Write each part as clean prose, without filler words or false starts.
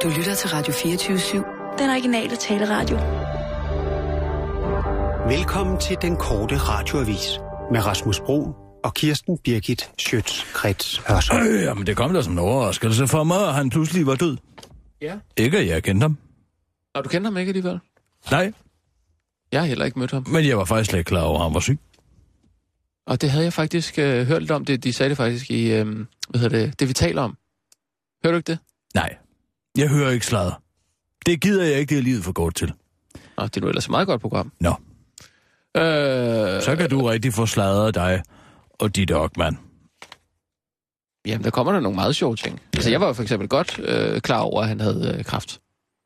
Du lytter til Radio 24/7. Den originale taleradio. Velkommen til den korte radioavis med Rasmus Bro og Kirsten Birgit Schøtz-Krets Hørsholm. Jamen, det kom da som en overraskelse for mig, at han pludselig var død. Ja. Ikke, at jeg kendte ham. Og du kender ham ikke alligevel? Nej. Jeg har heller ikke mødt ham. Men jeg var faktisk slet ikke klar over, at han var syg. Og det havde jeg faktisk hørt lidt om. De sagde det faktisk i, det vi taler om. Hører du ikke det? Nej. Jeg hører ikke sladder. Det gider jeg ikke, det er livet for godt til. Nå, det er nu ellers et meget godt program. Nå. Så kan du rigtig få sladret dig og dit Ockmann. Jamen, der kommer der nogle meget sjove ting. Altså, jeg var jo for eksempel godt klar over, at han havde kræft.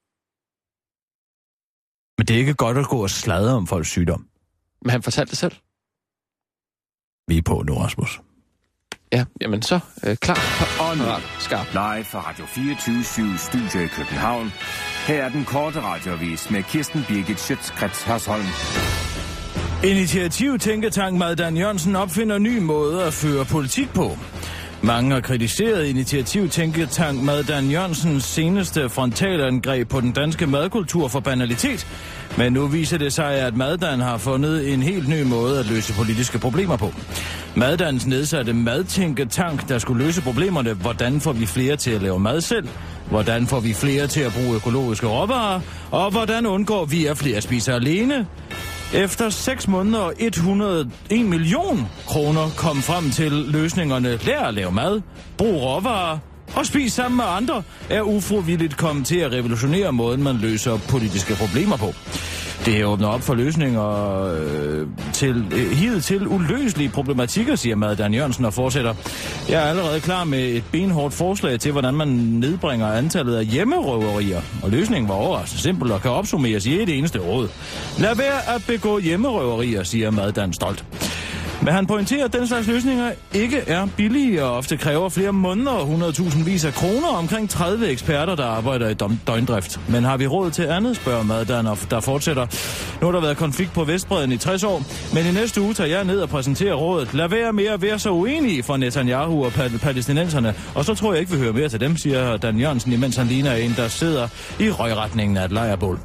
Men det er ikke godt at gå og sladre om folks sygdom. Men han fortalte det selv. Vi er på nu, Rasmus. Ja, jamen så klar Og nu, skarp. live fra Radio 24/7 Studio i København. Her er den korte radioavis med Kirsten Birgit Schøtz-Krets Hørsholm. Initiativtænketank Madan Jørgensen opfinder ny måde at føre politik på. Mange har kritiseret initiativtænketank Madan Jørgensens seneste frontalangreb på den danske madkultur for banalitet. Men nu viser det sig, at Madan har fundet en helt ny måde at løse politiske problemer på. Madans nedsatte madtænketank, der skulle løse problemerne, hvordan får vi flere til at lave mad selv, hvordan får vi flere til at bruge økologiske råvarer, og hvordan undgår vi, at flere spiser alene. Efter 6 måneder og 101 million kroner kom frem til løsningerne lær at lave mad, brug råvarer og spis sammen med andre, er ufrivilligt kommet til at revolutionere måden, man løser politiske problemer på. Det åbner op for løsninger til uløselige problematikker, siger Madan Jørgensen og fortsætter. Jeg er allerede klar med et benhårdt forslag til, hvordan man nedbringer antallet af hjemmerøverier. Og løsningen var overraskende simpel og kan opsummeres i et eneste råd. Lad være at begå hjemmerøverier, siger Madan stolt. Men han pointerer, at den slags løsninger ikke er billige og ofte kræver flere måneder og 100.000 af kroner omkring 30 eksperter, der arbejder i døgndrift. Men har vi råd til andet, spørger Madan, der fortsætter. Nu har der været konflikt på Vestbredden i 60 år, men i næste uge tager jeg ned og præsenterer rådet. Lad være med at være så uenige for Netanyahu og palæstinenserne, og så tror jeg ikke, vi hører mere til dem, siger Dan Jørgensen, imens han ligner en, der sidder i røgretningen af et lejrbål.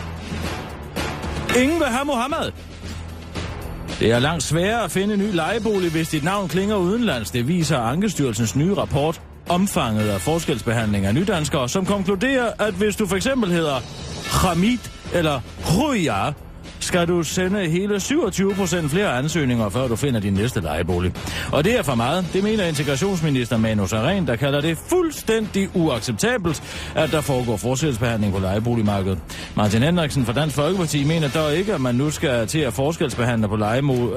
Ingen vil have Mohammed. Det er langt sværere at finde en ny lejebolig, hvis dit navn klinger udenlands. Det viser Ankestyrelsens nye rapport, omfanget af forskelsbehandling af nydanskere, som konkluderer, at hvis du for eksempel hedder Hamid eller Huya, skal du sende hele 27% flere ansøgninger, før du finder din næste lejebolig. Og det er for meget. Det mener integrationsminister Manu Sareen, der kalder det fuldstændig uacceptabelt, at der foregår forskelsbehandling på lejeboligmarkedet. Martin Henriksen fra Dansk Folkeparti mener dog ikke, at man nu skal til at forskelsbehandle på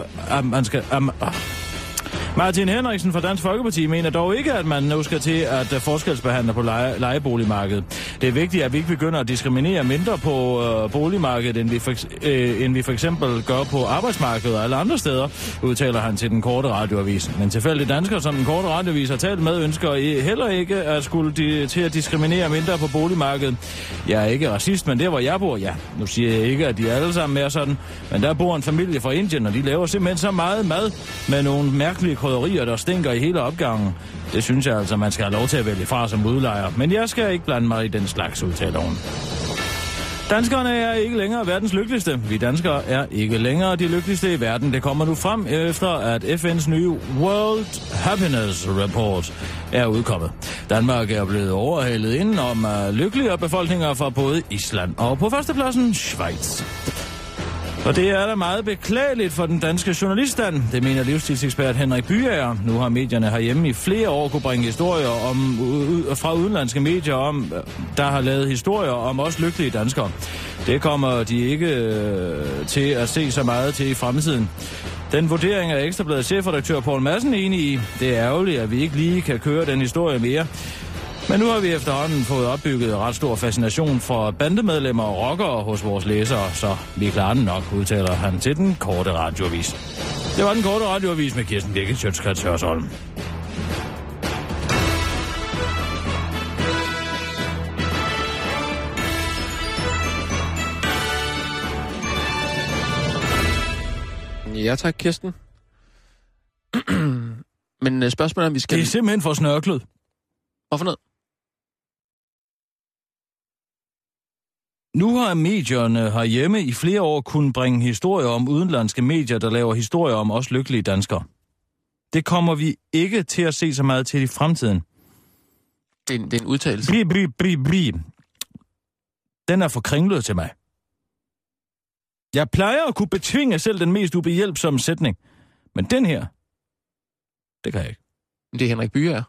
Martin Henriksen fra Dansk Folkeparti mener dog ikke, at man nu skal til at forskelsbehandle på lejeboligmarkedet. Det er vigtigt, at vi ikke begynder at diskriminere mindre på boligmarkedet, end vi for eksempel gør på arbejdsmarkedet og alle andre steder, udtaler han til den korte radioavis. Men tilfældige danskere, som den korte radioavis har talt med, ønsker heller ikke at skulle til at diskriminere mindre på boligmarkedet. Jeg er ikke racist, men der hvor jeg bor, ja. Nu siger jeg ikke, at de alle sammen er sådan, men der bor en familie fra Indien, og de laver simpelthen så meget mad med nogle mærkelige krydderier, der stinker i hele opgangen. Det synes jeg altså, man skal have lov til at vælge fra som udlejer. Men jeg skal ikke blande mig i den slags, udtaler hun. Danskerne er ikke længere verdens lykkeligste. Vi danskere er ikke længere de lykkeligste i verden. Det kommer nu frem efter, at FN's nye World Happiness Report er udkommet. Danmark er blevet overhalet inden om lykkeligere befolkninger fra både Island og på førstepladsen Schweiz. Og det er da meget beklageligt for den danske journaliststand, det mener livsstilsekspert Henrik Byager. Nu har medierne herhjemme i flere år kunne bringe historier fra udenlandske medier om, der har lavet historier om også lykkelige danskere. Det kommer de ikke til at se så meget til i fremtiden. Den vurdering er Ekstrabladets chefredaktør Poul Madsen enig i. Det er ærgerligt, at vi ikke lige kan køre den historie mere. Men nu har vi efterhånden fået opbygget ret stor fascination for bandemedlemmer og rockere hos vores læsere, så vi klarer den nok, udtaler han til den korte radioavis. Det var den korte radioavis med Kirsten Birgit Schøtz-Krets Hørsholm. Ja tak, Kirsten. Men spørgsmålet er, om vi skal... Det er simpelthen for snørklet. Hvorfor noget? Nu har medierne herhjemme i flere år kunnet bringe historier om udenlandske medier, der laver historier om os lykkelige danskere. Det kommer vi ikke til at se så meget til i fremtiden. Det er en udtalelse. Bli. Den er for kringlet til mig. Jeg plejer at kunne betvinge selv den mest ubehjælpsomme sætning. Men den her, det kan jeg ikke. Det er Henrik Byer.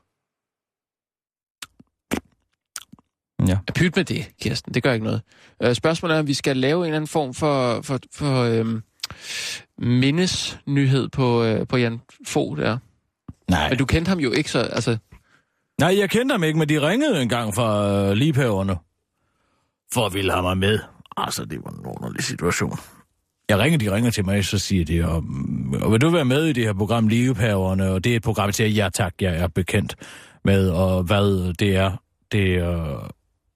Ja. Pyt med det, Kirsten. Det gør ikke noget. Spørgsmålet er, om vi skal lave en eller anden form for mindesnyhed på Jan Fogh der. Nej. Men du kendte ham jo ikke så... Altså... Nej, jeg kendte ham ikke, men de ringede en gang fra liebhaverne. For at ville have mig med. Altså, det var en underlig situation. De ringer til mig, så siger de, og vil du være med i det her program Liebhaverne? Og det er et program, til ja tak, jeg er bekendt med, og hvad det er. Det er...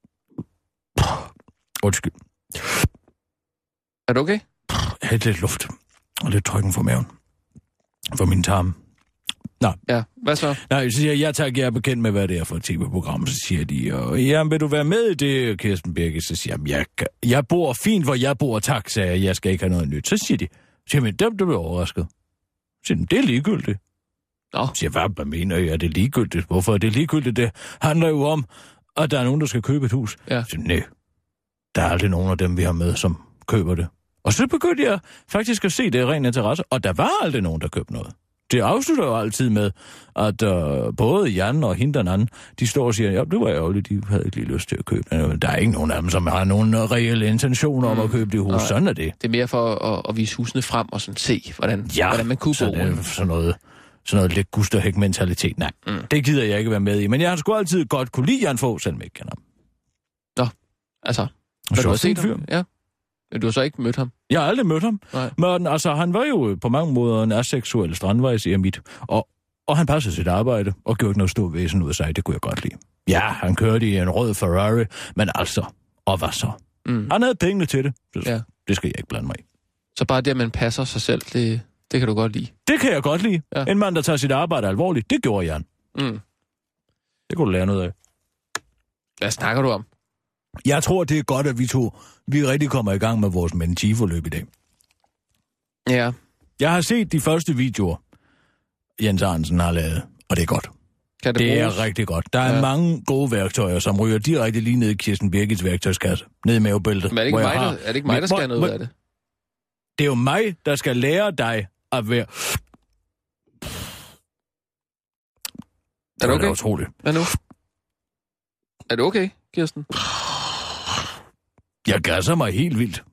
Undskyld. Er du okay? Jeg har lidt luft, og lidt trykken for maven. For min tarm. Nå. Ja, hvad så? Nej, så siger jeg, ja tak, jeg er bekendt med, hvad det er for et tv-program. Så siger de, ja, vil du være med i det, Kirsten Birgit? Så siger jeg bor fint, hvor jeg bor, tak, sagde jeg. Jeg skal ikke have noget nyt. Så siger de, men det bliver overrasket. Så siger de, det er ligegyldigt. Nå. Så siger jeg, hvad mener I? Er det ligegyldigt? Hvorfor er det ligegyldigt? Det handler jo om, at der er nogen, der skal købe et hus. Ja. Så siger nej, der er aldrig nogen af dem, vi har med, som køber det. Og så begyndte jeg faktisk at se det ren interesse, og der var aldrig nogen, der købte noget. Det afslutter jo altid med, at både Jan og hende den anden, de står og siger, ja, det var ærgerligt, de havde ikke lige lyst til at købe. Men der er ikke nogen af dem, som har nogen reelle intentioner om at købe det hus. Nej. Sådan er det. Det er mere for at vise husene frem og sådan se, hvordan man kunne bo. Sådan noget lidt Gusterhæk-mentalitet. Nej, det gider jeg ikke være med i. Men jeg har sgu altid godt kunne lide Jan Fogh, selvom jeg ikke kender ham. Nå, altså. Du har set ham? Ja. Men du har så ikke mødt ham? Jeg har aldrig mødt ham. Nej. Men altså, han var jo på mange måder en aseksuel strandvejs-eremit. Og han passede sit arbejde og gjorde ikke noget stort væsen ud af sig. Det kunne jeg godt lide. Ja, han kørte i en rød Ferrari, men altså, og hvad så? Han havde pengene til det. Det skal jeg ikke blande mig i. Så bare det, at man passer sig selv, det kan du godt lide? Det kan jeg godt lide. Ja. En mand, der tager sit arbejde alvorligt, det gjorde Jan. Det kunne du lære noget af. Hvad snakker du om? Jeg tror, det er godt, at vi rigtig kommer i gang med vores menti-forløb i dag. Ja. Jeg har set de første videoer, Jens Arnsen har lavet, og det er godt. Det er rigtig godt. Der er mange gode værktøjer, som ryger direkte lige ned i Kirsten Birgits værktøjskasse. Ned i mavebæltet. Men er det ikke mig, der skal noget ud af det? Det er jo mig, der skal lære dig at være... Er du okay? Det er utroligt. Hvad nu? Er du okay, Kirsten? Jeg gasser mig helt vildt.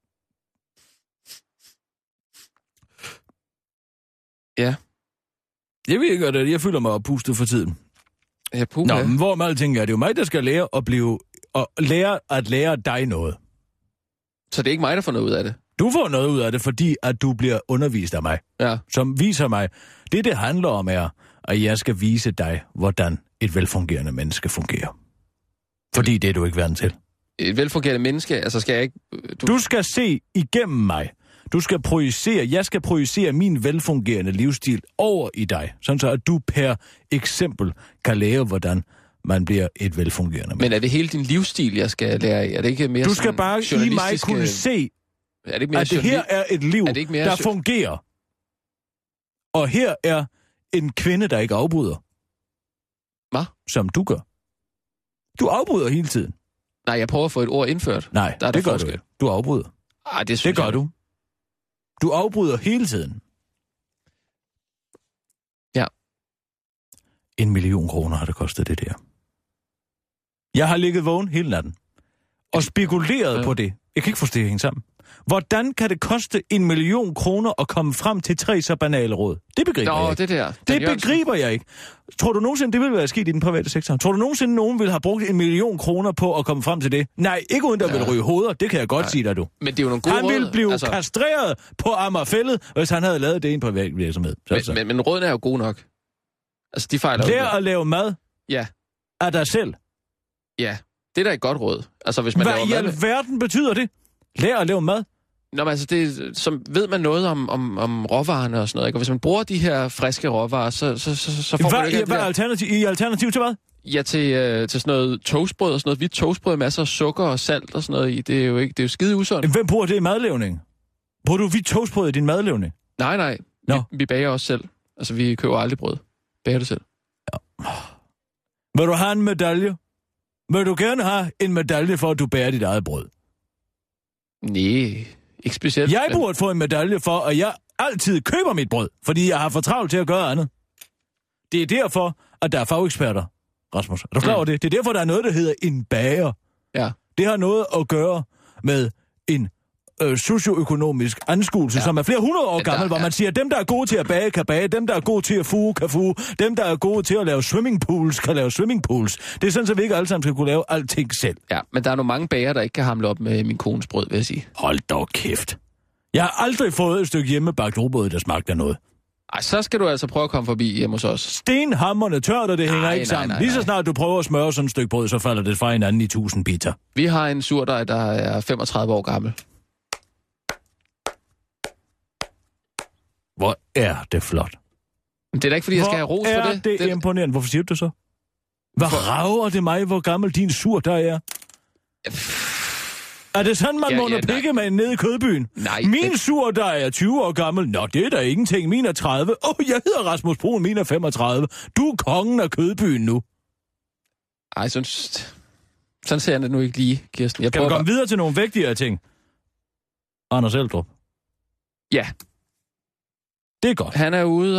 Ja. Jeg ved ikke, at jeg føler mig oppustet for tiden. Ja, Nå, men hvor med alting er, det er jo mig, der skal lære at lære dig noget. Så det er ikke mig, der får noget ud af det? Du får noget ud af det, fordi at du bliver undervist af mig. Ja. Som viser mig, det handler om er, at jeg skal vise dig, hvordan et velfungerende menneske fungerer. Fordi det er du ikke vant til. Et velfungerende menneske, altså skal jeg ikke... Du skal se igennem mig. Jeg skal projicere min velfungerende livsstil over i dig, sådan så at du per eksempel kan lære, hvordan man bliver et velfungerende menneske. Men er det hele din livsstil, jeg skal lære af? Er det ikke mere du skal bare i mig kunne se, at det her er et liv, der fungerer. Og her er en kvinde, der ikke afbryder. Hvad? Som du gør. Du afbryder hele tiden. Nej, jeg prøver at få et ord indført. Nej, det gør du ikke. Du afbryder. Det gør du. Du afbryder hele tiden. Ja. 1 million kroner har det kostet det der. Jeg har ligget vågen hele natten. Og spekuleret på det. Jeg kan ikke forstå det hænge sammen. Hvordan kan det koste 1 million kroner at komme frem til 3 så banale råd? Det begriber jeg ikke. Det begriber jeg ikke. Tror du nogensinde, det ville være sket i den private sektor? Tror du nogensinde, nogen ville have brugt 1 million kroner på at komme frem til det? Nej, ikke uden der vil ryge hoveder. Det kan jeg godt sige dig, du. Men det er jo nogle gode Han ville blive kastreret på Amagerfællet, hvis han havde lavet det i en privat virksomhed. Men rådene er jo gode nok. Altså, de fejler Lær at lave mad. Ja. Af dig selv. Ja, det er da et godt råd. Altså, hvis man laver mad... Hvad i alverden betyder det? Lær at lave mad. Nå, men altså, så ved man noget om råvarerne og sådan noget, ikke? Og hvis man bruger de her friske råvarer, så får man ikke... Hvad er alternativ til hvad? Ja, til sådan noget toastbrød og sådan noget. Vi toastbrød, masser af sukker og salt og sådan noget i. Det er jo skide usundt. Hvem bruger det i madlavning? Bruger du hvidt toastbrød i din madlavning? Nej. Vi bager også selv. Altså, vi køber aldrig brød. Bager det selv. Ja. Vil du have en medalje? Vil du gerne have en medalje for, at du bager dit eget brød? Nej, ikke specielt. Jeg burde få en medalje for, at jeg altid køber mit brød, fordi jeg har for travlt til at gøre andet. Det er derfor, at der er fageksperter, Rasmus. Er du klar over det? Det er derfor, der er noget, der hedder en bager. Ja. Det har noget at gøre med en socioøkonomisk anskuelse, som er flere hundrede år gammel, hvor man siger, at dem, der er gode til at bage, kan bage, dem, der er gode til at fuge, kan fuge, dem, der er gode til at lave swimmingpools, kan lave swimmingpools. Det er sådan, at vi ikke alle sammen skal kunne lave alting selv. Ja, men der er nogle mange bager, der ikke kan hamle op med min kones brød, vil jeg sige. Hold dog kæft. Jeg har aldrig fået et stykke hjemmebagt rugbrød, der smagte af noget. Ej, så skal du altså prøve at komme forbi hjemme hos os. Stenhammerne tørt, og det hænger ikke sammen. Nej. Lige så snart du prøver at smøre sådan et stykke brød, så falder det fra hinanden i 1000 biter. Vi har en surdej, der er 35 år gammel. Hvor er det flot. Men det er da ikke, fordi jeg skal have ros for det. Hvor er det imponerende. Hvorfor siger du det så? Hvad rager det mig, hvor gammel din surdej er? Er det sådan, man må pikke med nede i Kødbyen? Nej. Min surdej er 20 år gammel. Nå, det er da ingenting. Min er 30. Jeg hedder Rasmus Brun. Min er 35. Du er kongen af Kødbyen nu. Ej, sådan ser jeg det nu ikke lige, Kirsten. Kan vi komme videre til nogle vigtigere ting? Anders Eldrup. Ja. Det er godt. Han er ude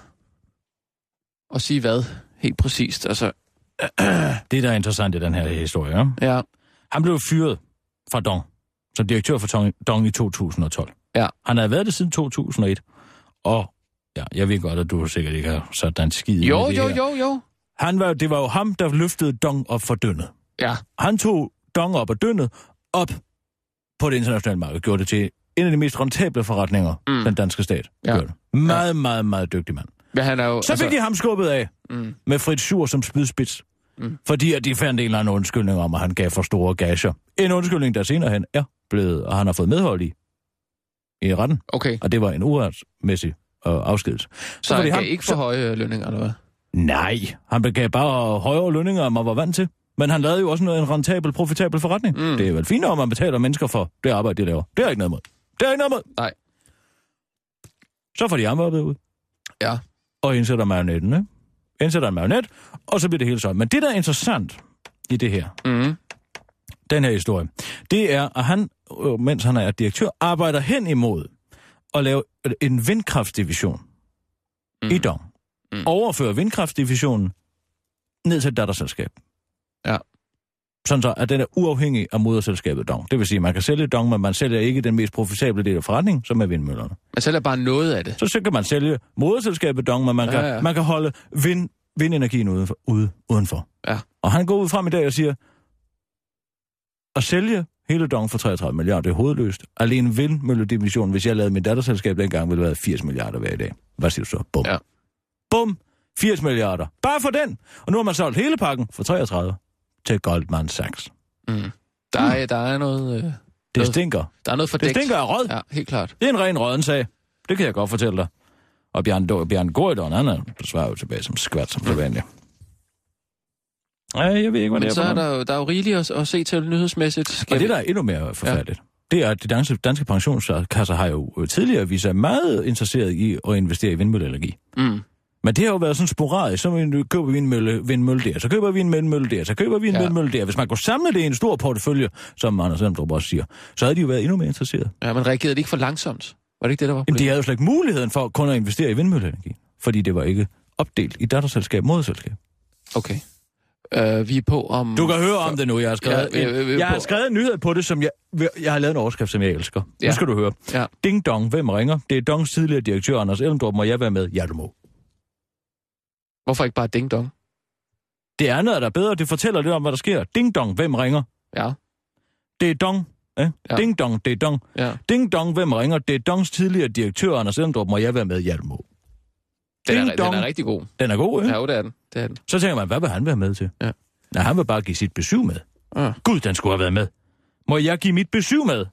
og sige hvad? Helt præcist, altså. Det, der er interessant i den her historie, ja. Han blev fyret fra DONG, som direktør for DONG i 2012. Ja. Han havde været det siden 2001, og ja, jeg ved godt, at du sikkert ikke har sat den skid i jo, det jo, her. jo. Det var jo ham, der løftede DONG op for dønnet. Ja. Han tog DONG op og dønnet op på det internationale marked, gjorde det til en af de mest rentable forretninger, den danske stat. Ja. Meget, meget, meget dygtig mand. Ja, han er jo, så fik de ham skubbet af med Fritz Schur som spydspids. Fordi at de fandt en eller anden undskyldning om, at han gav for store gager. En undskyldning, der senere hen er blevet, og han har fået medhold i retten. Okay. Og det var en uretmæssig afskedelse. Så han gav ikke for høje lønninger, eller hvad? Nej, han gav bare højere lønninger, end man var vant til. Men han lavede jo også en rentabel, profitabel forretning. Det er vel fint, om man betaler mennesker for det arbejde, de laver. Det er ikke noget mod. Nej. Så får de armværket ud. Ja. Og indsætter marionetten, ikke? Indsætter en marionet, og så bliver det hele sådan. Men det, der er interessant i det her, den her historie, det er, at han, mens han er direktør, arbejder hen imod at lave en vindkraftsdivision i DONG. Overfører vindkraftsdivisionen ned til et datterselskab. Ja. Sådan så, at den er uafhængig af moderselskabet DONG. Det vil sige, at man kan sælge DONG, men man sælger ikke den mest profitable del af forretningen, som er vindmøllerne. Man sælger bare noget af det. Så kan man sælge moderselskabet DONG, men man kan holde vindenergien udenfor. Ja. Og han går ud frem i dag og siger, at sælge hele DONG for 33 milliarder, det er hovedløst. Alene vindmølledivisionen, hvis jeg lavede mit datterselskab dengang, ville det være 80 milliarder hver i dag. Hvad siger du så? Bum. Ja. Bum. 80 milliarder. Bare for den. Og nu har man solgt hele pakken for 33 til Goldman Sachs. Der er noget... Det stinker. Der er noget fordækt. Det stinker af råd. Ja, helt klart. Det er en ren råden sag. Det kan jeg godt fortælle dig. Og Bjørn Gård, han er svarer jo tilbage som skvat, som forventeligt. Ja, jeg ved ikke, hvad det er. Så er der er jo rigeligt at se til nyhedsmæssigt. Og det, der er endnu mere forfærdeligt, det er, at de danske pensionskasser har jo tidligere vist sig meget interesseret i at investere i vindmølleenergi. Men det har jo været sådan sporadisk. Så køber vi en vindmølle der, så køber vi en vindmølle der, så køber vi en vindmølle der. Hvis man kunne samle det i en stor portefølje, som Anders Eldrup også siger, så havde de jo været endnu mere interesseret. Ja, men reagerede det ikke for langsomt? Var det ikke det, der var? Jamen, de havde jo slet ikke muligheden for kun at investere i vindmølleenergi, fordi det var ikke opdelt i datterselskab, moderselskab. Okay. Vi er på om... Du kan høre om det nu. Jeg har skrevet en nyhed på det, som jeg har lavet en overskrift, som jeg elsker. Ja. Nu skal du høre. Ja. Ding dong, hvem ringer? Det er DONGs tidligere direktør, Anders Eldrup. Må jeg være med? Ja, du må. Hvorfor ikke bare ding dong? Det er noget, der er bedre. Det fortæller lidt om, hvad der sker. Ding dong, hvem ringer? Ja. Det er DONG. Ja. Ding dong, det er DONG. Ja. Ding dong, hvem ringer? Det er DONGs tidligere direktør, Anders Eldrup. Må jeg være med? Ja, du må. Den er rigtig god. Den er god, ikke? Ja, det er den. Så tænker man, hvad vil han være med til? Ja. Nej, han vil bare give sit besøg med. Ja. Gud, den skulle have været med. Må jeg give mit besøg med?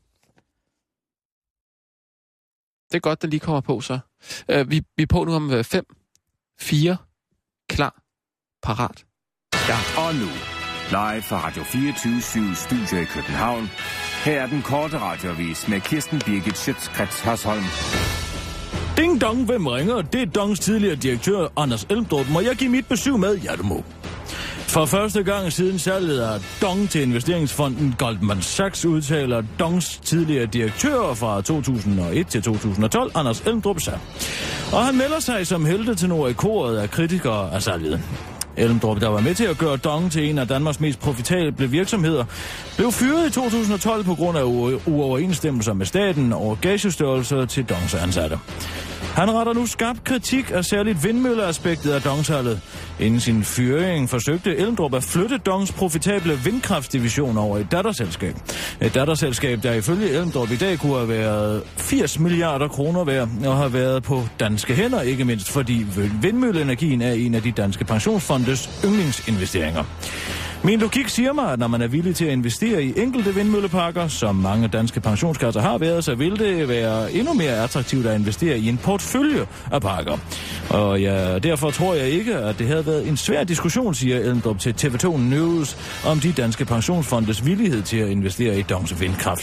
Det er godt, den lige kommer på, så. Vi er på nu om 5, 4, klar, parat. Ja. Og nu, live fra Radio 24 Studio i København. Her er den korte radioavis med Kirsten Birgit Schøtz-Krets Hørsholm. Ding dong, hvem ringer? Det er Dongs tidligere direktør, Anders Elmdrup. Må jeg give mit besøg med? Ja, du må. For første gang siden salget af Dong til investeringsfonden Goldman Sachs udtaler Dongs tidligere direktør fra 2001 til 2012, Anders Elmdrup, sig. Og han melder sig som helte til i koret af kritikere af salget. Elmdrup, der var med til at gøre Dong til en af Danmarks mest profitable virksomheder, blev fyret i 2012 på grund af uoverensstemmelser med staten og gagestørrelser til Dongs ansatte. Han retter nu skarp kritik af særligt vindmølleaspektet af Dong-salget. Inden sin fyring forsøgte Elmdrup at flytte Dongs profitable vindkraftsdivision over i et datterselskab. Et datterselskab, der ifølge Elmdrup i dag kunne have været 80 milliarder kroner værd og har været på danske hænder, ikke mindst fordi vindmølleenergien er en af de danske pensionsfondes yndlingsinvesteringer. Min logik siger mig, at når man er villig til at investere i enkelte vindmølleparker, som mange danske pensionskasser har været, så vil det være endnu mere attraktivt at investere i en portefølje af parker. Og ja, derfor tror jeg ikke, at det havde været en svær diskussion, siger Elmdrup til TV2 News, om de danske pensionsfondes villighed til at investere i Dongs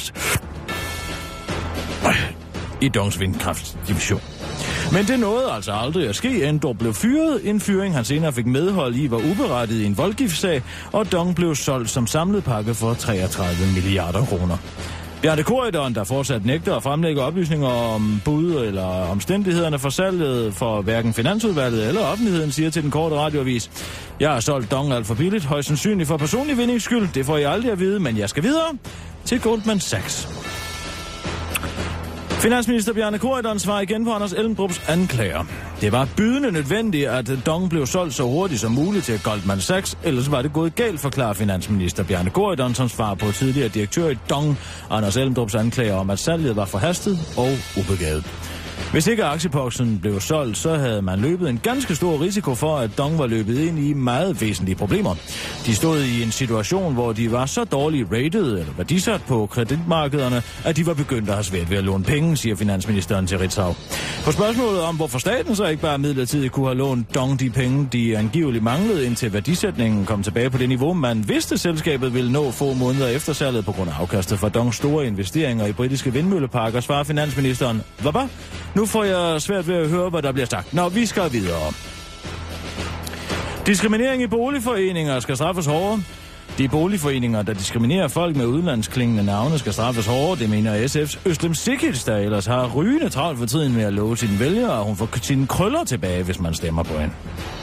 vindkraftsdivision. Men det nåede altså aldrig at ske. Elmdrup blev fyret. En fyring, han senere fik medhold i, var uberettiget i en voldgiftssag, og Dong blev solgt som samlet pakke for 33 milliarder kroner. Bjarne Corydon, der fortsat nægter at fremlægge oplysninger om bud eller omstændighederne for salget for hverken Finansudvalget eller offentligheden, siger til den korte radioavis: Jeg har solgt Dong alt for billigt, højst sandsynligt for personlig vindings skyld. Det får jeg aldrig at vide, men jeg skal videre til Goldman Sachs. Finansminister Bjarne Corydon svarer igen på Anders Elmdrups anklager. Det var bydende nødvendigt, at Dong blev solgt så hurtigt som muligt til Goldman Sachs, ellers var det gået galt, forklarer finansminister Bjarne Corydon som svar på tidligere direktør i Dong, Anders Elmdrups anklager om, at salget var forhastet og ubegavet. Hvis ikke aktieboksen blev solgt, så havde man løbet en ganske stor risiko for, at Dong var løbet ind i meget væsentlige problemer. De stod i en situation, hvor de var så dårligt rated eller værdisat på kreditmarkederne, at de var begyndt at have svært ved at låne penge, siger finansministeren til Ritzau. På spørgsmålet om, hvorfor staten så ikke bare midlertidigt kunne have lånt Dong de penge, de angiveligt manglede, indtil værdisætningen kom tilbage på det niveau, man vidste selskabet ville nå få måneder efter salget på grund af afkastet fra Dongs store investeringer i britiske vindmølleparker, svarer finansministeren: Hvad? Nu får jeg svært ved at høre, hvad der bliver sagt. Nå, vi skal videre. Diskriminering i boligforeninger skal straffes hårdere. De boligforeninger, der diskriminerer folk med udenlandsklingende navne, skal straffes hårdere. Det mener SF's Özlem Cekic, der ellers har rygende travlt for tiden med at love sine vælgere, og hun får sine krøller tilbage, hvis man stemmer på hende.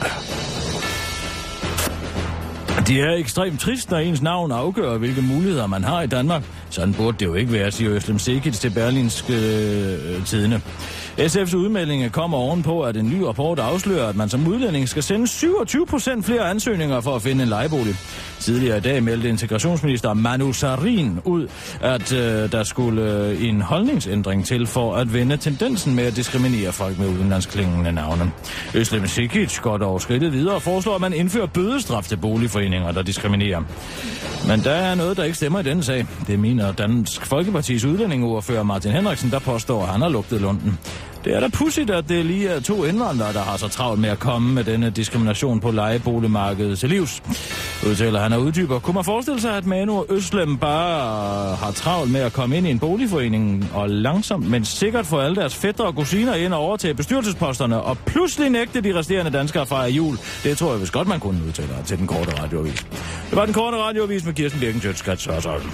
Det er ekstremt trist, når ens navn afgør, hvilke muligheder man har i Danmark. Sådan burde det jo ikke være, siger Özlem Cekic til Berlingske Tidende. SF's udmelding kommer ovenpå, at en ny rapport afslører, at man som udlænding skal sende 27% flere ansøgninger for at finde en lejebolig. Tidligere i dag meldte integrationsminister Manu Sareen ud, at der skulle en holdningsændring til for at vende tendensen med at diskriminere folk med udenlandsklingende navne. Özlem Cekic går dog skridtet videre og foreslår, at man indfører bødestraf til boligforeninger, der diskriminerer. Men der er noget, der ikke stemmer i denne sag. Det mener Dansk Folkepartis udlændingeordfører Martin Henriksen, der påstår, at han har lugtet lunden. Det er da pudsigt, at det lige er 2 indvandrere, der har så travlt med at komme med denne diskrimination på lejeboligmarkedet til livs. Udtaler han og uddyber: Kunne man forestille sig, at Manu og Özlem bare har travlt med at komme ind i en boligforening og langsomt, men sikkert få alle deres fætre og kusiner ind og overtage bestyrelsesposterne og pludselig nægte de resterende danskere at fejre jul? Det tror jeg vist godt, man kunne udtale til den korte radioavis. Det var den korte radioavis med Kirsten Birgit Schøtz-Krets Hørsholm.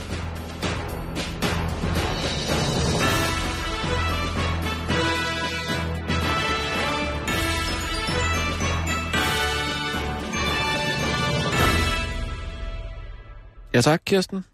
Ja tak, Kirsten.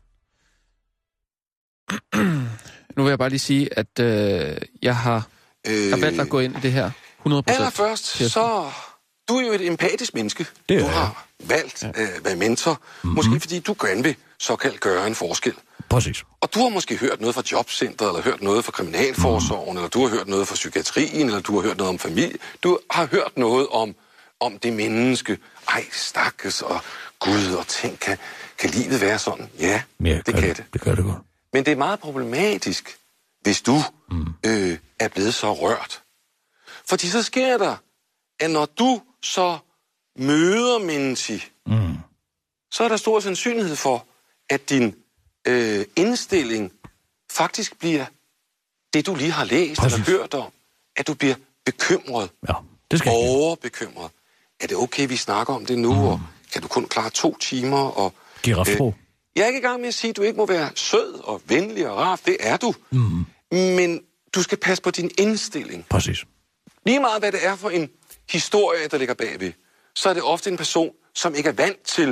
Nu vil jeg bare lige sige, at jeg har valgt at gå ind i det her 100%. Allerførst, Kirsten. så du er jo et empatisk menneske. Det du har valgt at være mentor, måske fordi du gerne vil såkaldt gøre en forskel. Præcis. Og du har måske hørt noget fra jobcentret, eller hørt noget fra kriminalforsorgen, eller du har hørt noget fra psykiatrien, eller du har hørt noget om familie. Du har hørt noget om det menneske. Ej, stakkes og Gud, og tænk, kan livet være sådan? Ja, det kan det. Det kan det godt. Men det er meget problematisk, hvis du er blevet så rørt. Fordi så sker der, at når du så møder mennesker så er der stor sandsynlighed for, at din indstilling faktisk bliver det, du lige har læst eller hørt om. At du bliver bekymret. Ja, det skal overbekymret. Er det okay, vi snakker om det nu, og kan du kun klare 2 timer? Og, Girafsprog. Jeg er ikke i gang med at sige, at du ikke må være sød og venlig og rar. Det er du. Men du skal passe på din indstilling. Præcis. Lige meget, hvad det er for en historie, der ligger bagved, så er det ofte en person, som ikke er vant til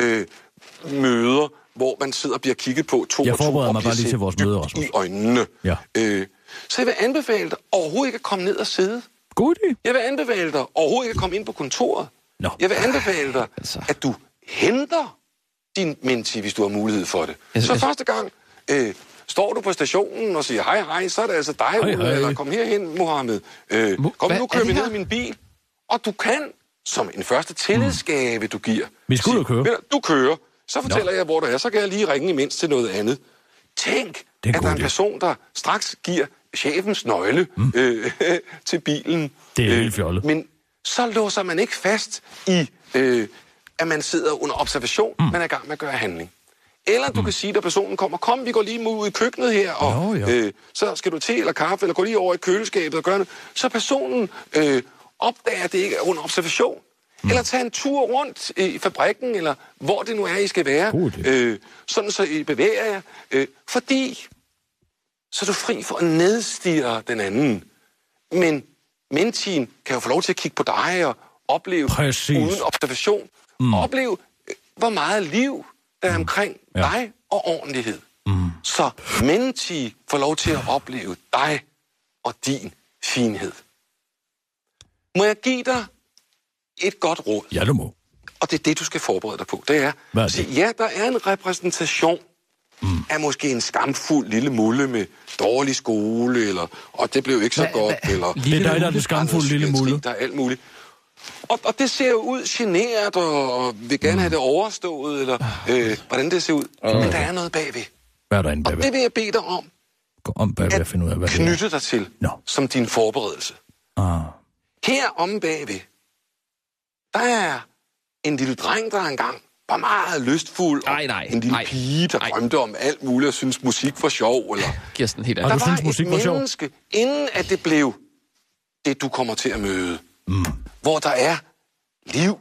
møder, hvor man sidder og bliver kigget på 2 Jeg og 2 forbereder og mig bare lige til vores møde, Rasmus. i øjnene. Ja. Så jeg vil anbefale dig overhovedet ikke at komme ned og sidde. God idé. Jeg vil anbefale dig overhovedet ikke at komme ind på kontoret. Nå. Jeg vil anbefale dig, at du henter din mentee, hvis du har mulighed for det. Så første gang står du på stationen og siger, hej, så er det altså dig, eller kom herhen, Mohammed. Kom nu, kør vi ned i min bil. Og du kan, som en første tillidsgave, du giver. Vi skal ud og køre. Du kører, så fortæller jeg, hvor du er, så kan jeg lige ringe imens til noget andet. Tænk, at der er en person, der straks giver chefens nøgle til bilen. Det er helt fjollet. Men så låser man ikke fast i, at man sidder under observation, man er i gang med at gøre handling. Eller du kan sige, at personen kommer, kom, vi går lige ud i køkkenet her, og så skal du te eller kaffe, eller gå lige over i køleskabet og gøre noget. Så personen opdager, at det ikke er under observation. Eller tage en tur rundt i fabrikken, eller hvor det nu er, I skal være. Sådan så I bevæger jer. Fordi så er du fri for at nedstirre den anden. Men menteen kan jo få lov til at kigge på dig og opleve uden observation. Opleve, hvor meget liv der er omkring dig og ordentlighed. Så mentee får lov til at opleve dig og din finhed. Må jeg give dig et godt råd? Ja, du må. Og det er det, du skal forberede dig på. Det er at sige, ja, der er en repræsentation af måske en skamfuld lille mulle med dårlig skole, eller, og det blev ikke så godt, eller... Det er dig, der er den skamfulde lille mulle. Der er alt muligt. Og det ser jo ud genert, og vil gerne have det overstået, eller hvordan det ser ud. Men der er noget bagved. Hvad er der inde bagved? Og det vil jeg bede dig om bagved at finde ud af, hvad det er. Knytte dig til som din forberedelse. Her omme bagved, der er en lille dreng, der engang var meget lystfuld, og en lille pige, der drømte om alt muligt og synes musik var sjov, eller... Kirsten, helt der var et menneske, inden at det blev det, du kommer til at møde, hvor der er liv,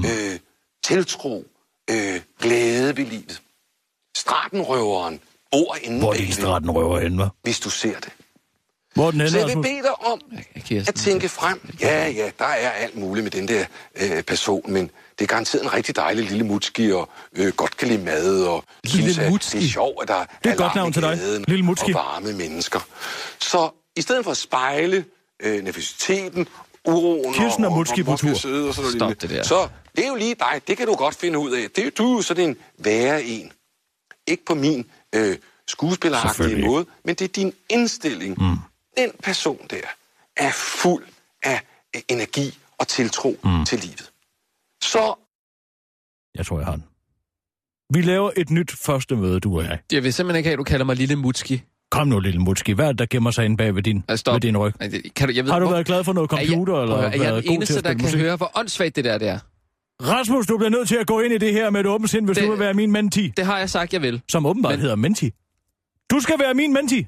tiltro, glæde ved livet. Stratenrøveren bor inde hvor er din stratenrøver henne, hva'? Hvis du ser det. Hvor den ender, så jeg vil bede dig om at tænke frem. Ja, der er alt muligt med den der person, men det er garanteret en rigtig dejlig lille mutski, og godt kan lide mad, og synes, at det er sjovt, at der er godt navn til dig. Lille mutski. Og varme mennesker. Så i stedet for at spejle nervøsiteten, uroen Kirsten og Mutski på tur. Stop det der. Så det er jo lige dig. Det kan du godt finde ud af. Du er jo sådan en værre en. Ikke på min skuespilleragtige måde, men det er din indstilling. Den person der er fuld af energi og tiltro til livet. Så... Jeg tror, jeg har den. Vi laver et nyt første møde, du og jeg. Jeg vil simpelthen ikke have, at du kalder mig Lille Mutski. Kom nu, Lille Mutski. Hvad er det, der gemmer sig inde bag ved din, ved din ryg? Har du været glad for noget computer? Er jeg den eneste, der kan høre, hvor åndssvagt det der er? Rasmus, du bliver nødt til at gå ind i det her med et åbent sind, hvis du vil være min mentee. Det har jeg sagt, jeg vil. Som åbenbart hedder mentee. Du skal være min mentee.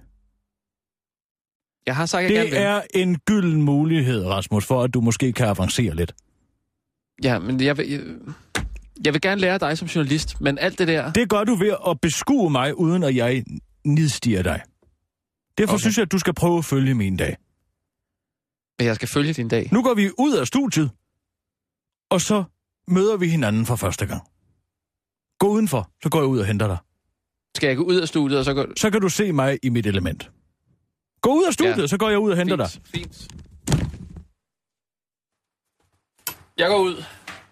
Jeg har sagt, jeg gerne vil. Det er en gylden mulighed, Rasmus, for at du måske kan avancere lidt. Ja, men jeg vil gerne lære dig som journalist, men alt det der... Det gør du ved at beskue mig, uden at jeg nedstiger dig. Derfor synes jeg, at du skal prøve at følge min dag. Men jeg skal følge din dag? Nu går vi ud af studiet, og så møder vi hinanden for første gang. Gå udenfor, så går jeg ud og henter dig. Skal jeg gå ud af studiet, og så går... Så kan du se mig i mit element. Gå ud af studiet, så går jeg ud og henter dig. Fint. Jeg går ud.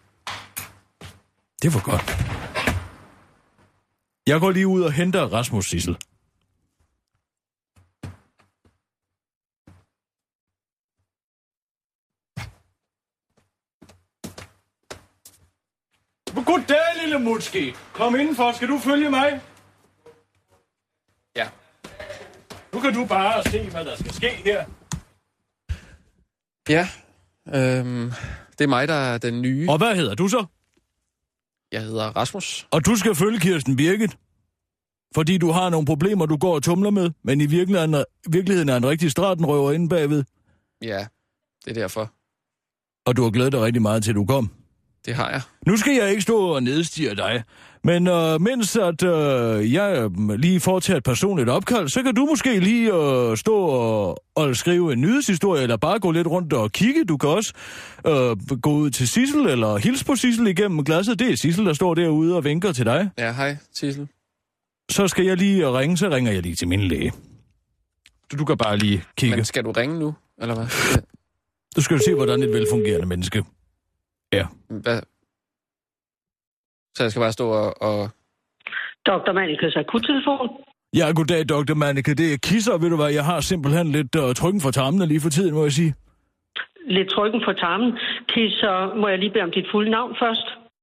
Det var godt. Jeg går lige ud og henter Rasmus Sissel. Goddag, lille Mutski. Kom indenfor. Skal du følge mig? Ja. Nu kan du bare se, hvad der skal ske her. Ja. Det er mig, der er den nye. Og hvad hedder du så? Jeg hedder Rasmus. Og du skal følge Kirsten Birgit, fordi du har nogle problemer, du går og tumler med, men i virkeligheden er en rigtig stratenrøver inde bagved. Ja, det er derfor. Og du har glædet dig rigtig meget til, du kom. Det har jeg. Nu skal jeg ikke stå og nedstige dig, men mens at jeg lige får et personligt opkald, så kan du måske lige stå og skrive en nyhedshistorie, eller bare gå lidt rundt og kigge. Du kan også gå ud til Sissel, eller hilse på Sissel igennem glasset. Det er Sissel, der står derude og vinker til dig. Ja, hej, Sissel. Så skal jeg lige ringe, så ringer jeg lige til min læge. Du kan bare lige kigge. Men skal du ringe nu, eller hvad? Ja. Du skal jo se, hvordan et velfungerende menneske er. Hvad? Så jeg skal bare stå og... Dr. Mannikes akuttelefon. Ja, goddag, Dr. Manneke. Det er Kisser, ved du hvad? Jeg har simpelthen lidt trykken for tarmene lige for tiden, må jeg sige. Lidt trykken for tarmen. Kisser, må jeg lige bede om dit fulde navn først?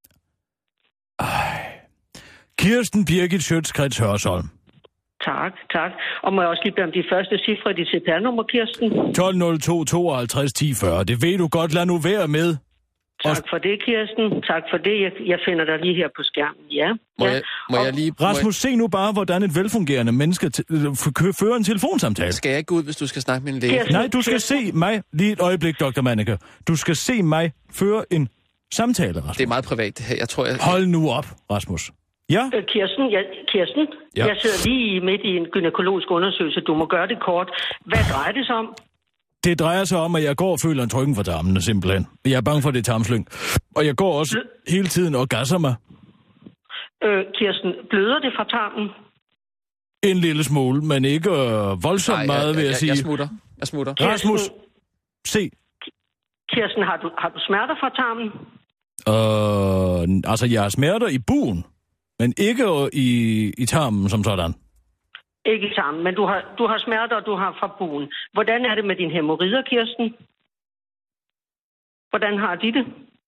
Kirsten Birgit Schøtz-Krets Hørsholm. Tak. Og må jeg også lige bede om de første cifre i dit CPR-nummer, Kirsten? 1202 52 10 40. Det ved du godt. Lad nu være med. Tak for det, Kirsten. Tak for det. Jeg finder dig lige her på skærmen, ja. Må jeg lige... Rasmus, se nu bare, hvordan et velfungerende menneske fører en telefonsamtale. Skal jeg ikke gå ud, hvis du skal snakke med en læge? Kirsten, Nej, du skal se mig... Lige et øjeblik, Dr. Manneke. Du skal se mig føre en samtale, Rasmus. Det er meget privat, det her. Jeg tror, Hold nu op, Rasmus. Ja? Kirsten, Ja. Jeg sidder lige midt i en gynækologisk undersøgelse. Du må gøre det kort. Hvad drejer det sig om? Det drejer sig om, at jeg går og føler en trykken for tarmene, simpelthen. Jeg er bange for, det tarmslyng. Og jeg går også hele tiden og gasser mig. Kirsten, bløder det fra tarmen? En lille smule, men ikke voldsomt meget, vil jeg sige. Jeg smutter. Rasmus, se. Kirsten, har du smerter fra tarmen? Altså, jeg har smerter i buen, men ikke i tarmen som sådan. Ikke i tarmen, men du har smerter, og du har fra buen. Hvordan er det med dine hæmorider, Kirsten? Hvordan har de det?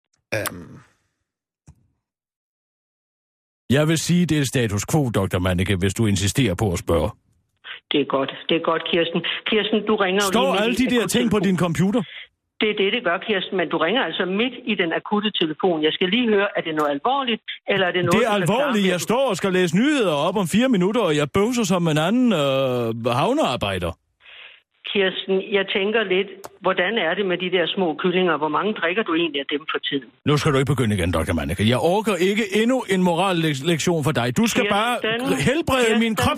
Jeg vil sige, det er status quo, Dr. Manneke, hvis du insisterer på at spørge. Det er godt, Kirsten. Kirsten, du ringer jo lige... Står alle de der ting på din computer? Det er det gør, Kirsten, men du ringer altså midt i den akutte telefon. Jeg skal lige høre, er det noget alvorligt, eller er det noget... Det er alvorligt. Jeg står og skal læse nyheder op om 4 minutter, og jeg bøvser som en anden havnearbejder. Kirsten, jeg tænker lidt, hvordan er det med de der små kyllinger? Hvor mange drikker du egentlig af dem for tiden? Nu skal du ikke begynde igen, Dr. Manneke. Jeg orker ikke endnu en morallektion for dig. Du skal bare helbrede min krop.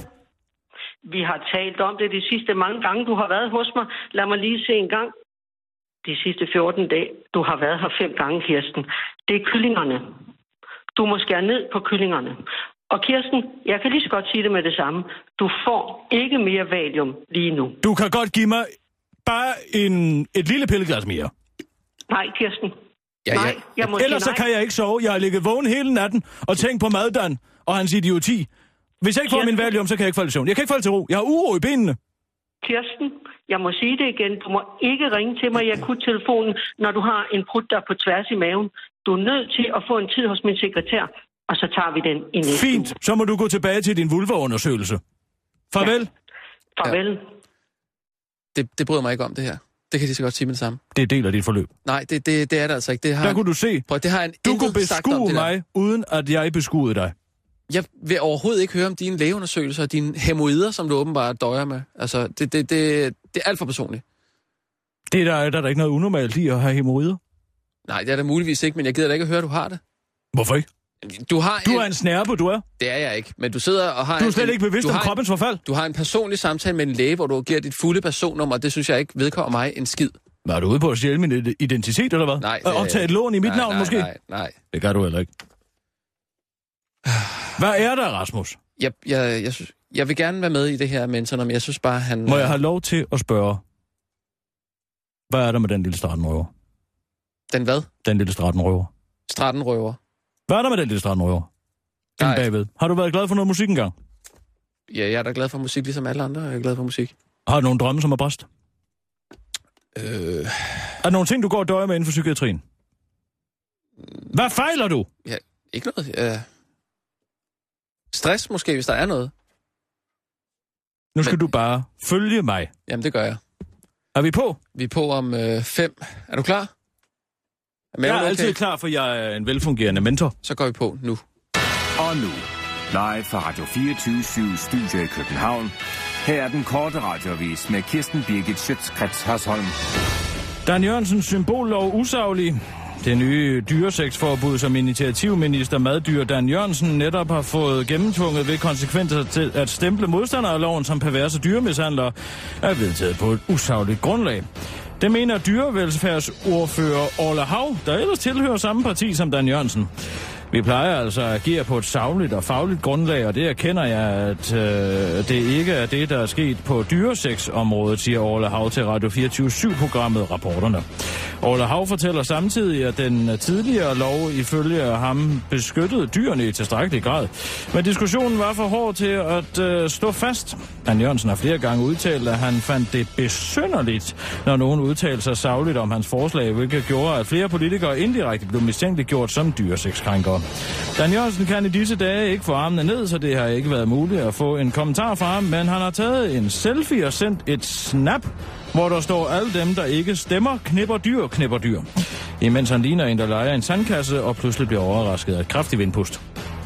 Vi har talt om det de sidste mange gange, du har været hos mig. Lad mig lige se en gang. De sidste 14 dage, du har været her 5 gange, Kirsten. Det er kyllingerne. Du må skære ned på kyllingerne. Og Kirsten, jeg kan lige så godt sige det med det samme. Du får ikke mere valium lige nu. Du kan godt give mig bare et lille pilleglas mere. Nej, Kirsten. Nej, jeg må ellers sige nej. så kan jeg ikke sove. Jeg har ligget vågen hele natten og tænkt på maddan og hans idioti. Hvis jeg ikke får min valium, så kan jeg ikke falde i søvn. Jeg kan ikke falde til ro. Jeg har uro i benene. Kirsten, jeg må sige det igen. Du må ikke ringe til mig i akuttelefonen, når du har en prut, der er på tværs i maven. Du er nødt til at få en tid hos min sekretær, og så tager vi den i næste Fint, uge. så må du gå tilbage til din vulvaundersøgelse. Farvel. Ja. Farvel. Ja. Det bryder mig ikke om, det her. Det kan de så godt sige med det samme. Det er del af dit forløb. Nej, det er det altså ikke. Der kunne du se. Det har du kunne beskue mig, uden at jeg beskuede dig. Jeg vil overhovedet ikke høre om dine lægeundersøgelser og dine hæmoider, som du åbenbart døjer med. Altså, det er alt for personligt. Det er der ikke noget unormalt i at have hæmoider? Nej, det er der muligvis ikke, men jeg gider da ikke at høre, at du har det. Hvorfor ikke? Du er en snærpe, du er. Det er jeg ikke, men du sidder og har... Du er slet ikke bevidst om kroppens forfald. Du har en personlig samtale med en læge, hvor du giver dit fulde personnummer, og det synes jeg ikke vedkommer mig en skid. Var du ude på at stjæle min identitet, eller hvad? Nej. Og optage et lån i mit navn, måske? Nej. Det gør du heller ikke. Hvad er der, Rasmus? Jeg vil gerne være med i det her mentor, men jeg synes bare, han... Må jeg have lov til at spørge, hvad er der med den lille stratenrøver? Den hvad? Den lille stratenrøver. Stratenrøver? Hvad er der med den lille stratenrøver? Den bagved. Har du været glad for noget musik engang? Ja, jeg er da glad for musik, ligesom alle andre. Jeg er glad for musik. Har du nogle drømme, som er bræst? Er der nogle ting, du går og døjer med inden for psykiatrien? Hvad fejler du? Ja, ikke noget. Stress måske, hvis der er noget. Nu skal du bare følge mig. Jamen, det gør jeg. Er vi på? Vi er på om 5. Er du klar? Jeg er altid klar, for jeg er en velfungerende mentor. Så går vi på nu. Og nu, live fra Radio 24/7 Studio i København. Her er den korte radioavis med Kirsten Birgit Schøtz-Krets Hørsholm. Dan Jørgensens symbollov usaglig. Det nye dyreseksforbud, som initiativminister Maddyr Dan Jørgensen netop har fået gennemtvunget ved konsekvenser til at stemple modstandere af loven som perverse dyremishandlere, er vedtaget på et usagligt grundlag. Det mener dyrevelfærdsordfører Orla Hav, der ellers tilhører samme parti som Dan Jørgensen. Vi plejer altså at agere på et sagligt og fagligt grundlag, og det erkender jeg, at det ikke er det, der er sket på dyresexområdet, siger Orla Hav til Radio 24/7-programmet Rapporterne. Orla Hav fortæller samtidig, at den tidligere lov ifølge ham beskyttede dyrene i tilstrækkelig grad. Men diskussionen var for hård til at stå fast. Dan Jørgensen har flere gange udtalt, at han fandt det besynderligt, når nogen udtalte sig sagligt om hans forslag, hvilket gjorde, at flere politikere indirekte blev mistænkeliggjort som dyresexkrænkere. Dan Jørgensen kan i disse dage ikke få armene ned, så det har ikke været muligt at få en kommentar fra ham, men han har taget en selfie og sendt et snap, hvor der står alle dem, der ikke stemmer, knipper dyr. Imens han ligner en, der leger en sandkasse og pludselig bliver overrasket af et kraftigt vindpust.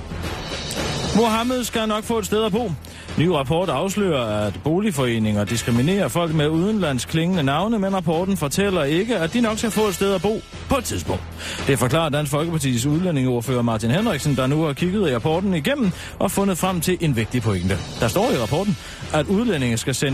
Mohammed skal nok få et sted at bo. Ny rapport afslører, at boligforeninger diskriminerer folk med udenlandsklingende navne, men rapporten fortæller ikke, at de nok skal få et sted at bo på et tidspunkt. Det forklarer Dansk Folkepartis udlændingeordfører Martin Henriksen, der nu har kigget i rapporten igennem og fundet frem til en vigtig pointe. Der står i rapporten, at udlændinge skal sende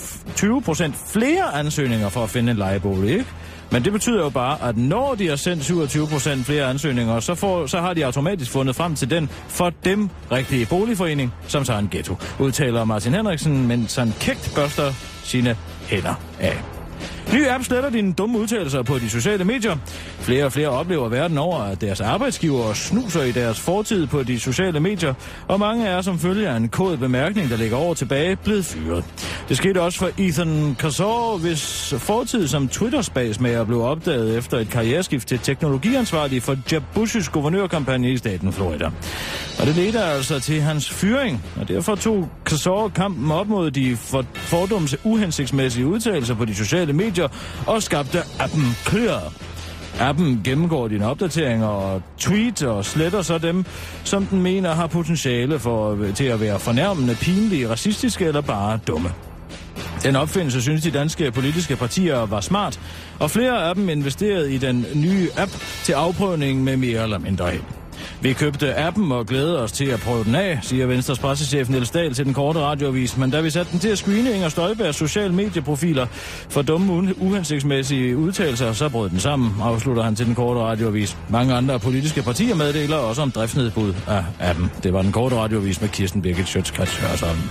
27% flere ansøgninger for at finde en lejebolig, ikke? Men det betyder jo bare, at når de har sendt 27% flere ansøgninger, så har de automatisk fundet frem til den for dem rigtige boligforening, som så er en ghetto, udtaler Martin Henriksen, mens han kægt børster sine hænder af. Ny app sletter dine dumme udtalelser på de sociale medier. Flere og flere oplever verden over, at deres arbejdsgivere snuser i deres fortid på de sociale medier, og mange er som følge af en kodet bemærkning, der ligger over tilbage, blevet fyret. Det skete også for Ethan Kazor, hvis fortid som Twitter-spasmager blev opdaget efter et karriereskift til teknologiansvarlig for Jeb Bush's guvernørkampagne i staten Florida. Og det ledte altså til hans fyring, og derfor tog Kazor kampen op mod de fordoms uhensigtsmæssige udtalelser på de sociale medier og skabte appen Clear. Appen gennemgår dine opdateringer og tweets og sletter så dem, som den mener har potentiale til at være fornærmende, pinlige, racistiske eller bare dumme. Den opfindelse synes de danske politiske partier var smart, og flere af dem investerede i den nye app til afprøvning med mere eller mindre held. Vi købte appen og glæder os til at prøve den af, siger Venstres pressechef Niels Dahl til den korte radioavis. Men da vi satte den til at screene Inger Støjbergs sociale medieprofiler for dumme uhensigtsmæssige udtalelser, så brød den sammen, afslutter han til den korte radioavis. Mange andre politiske partier meddeler også om driftsnedbrud af appen. Det var den korte radioavis med Kirsten Birgit Schøtz-Krets Hørsholm.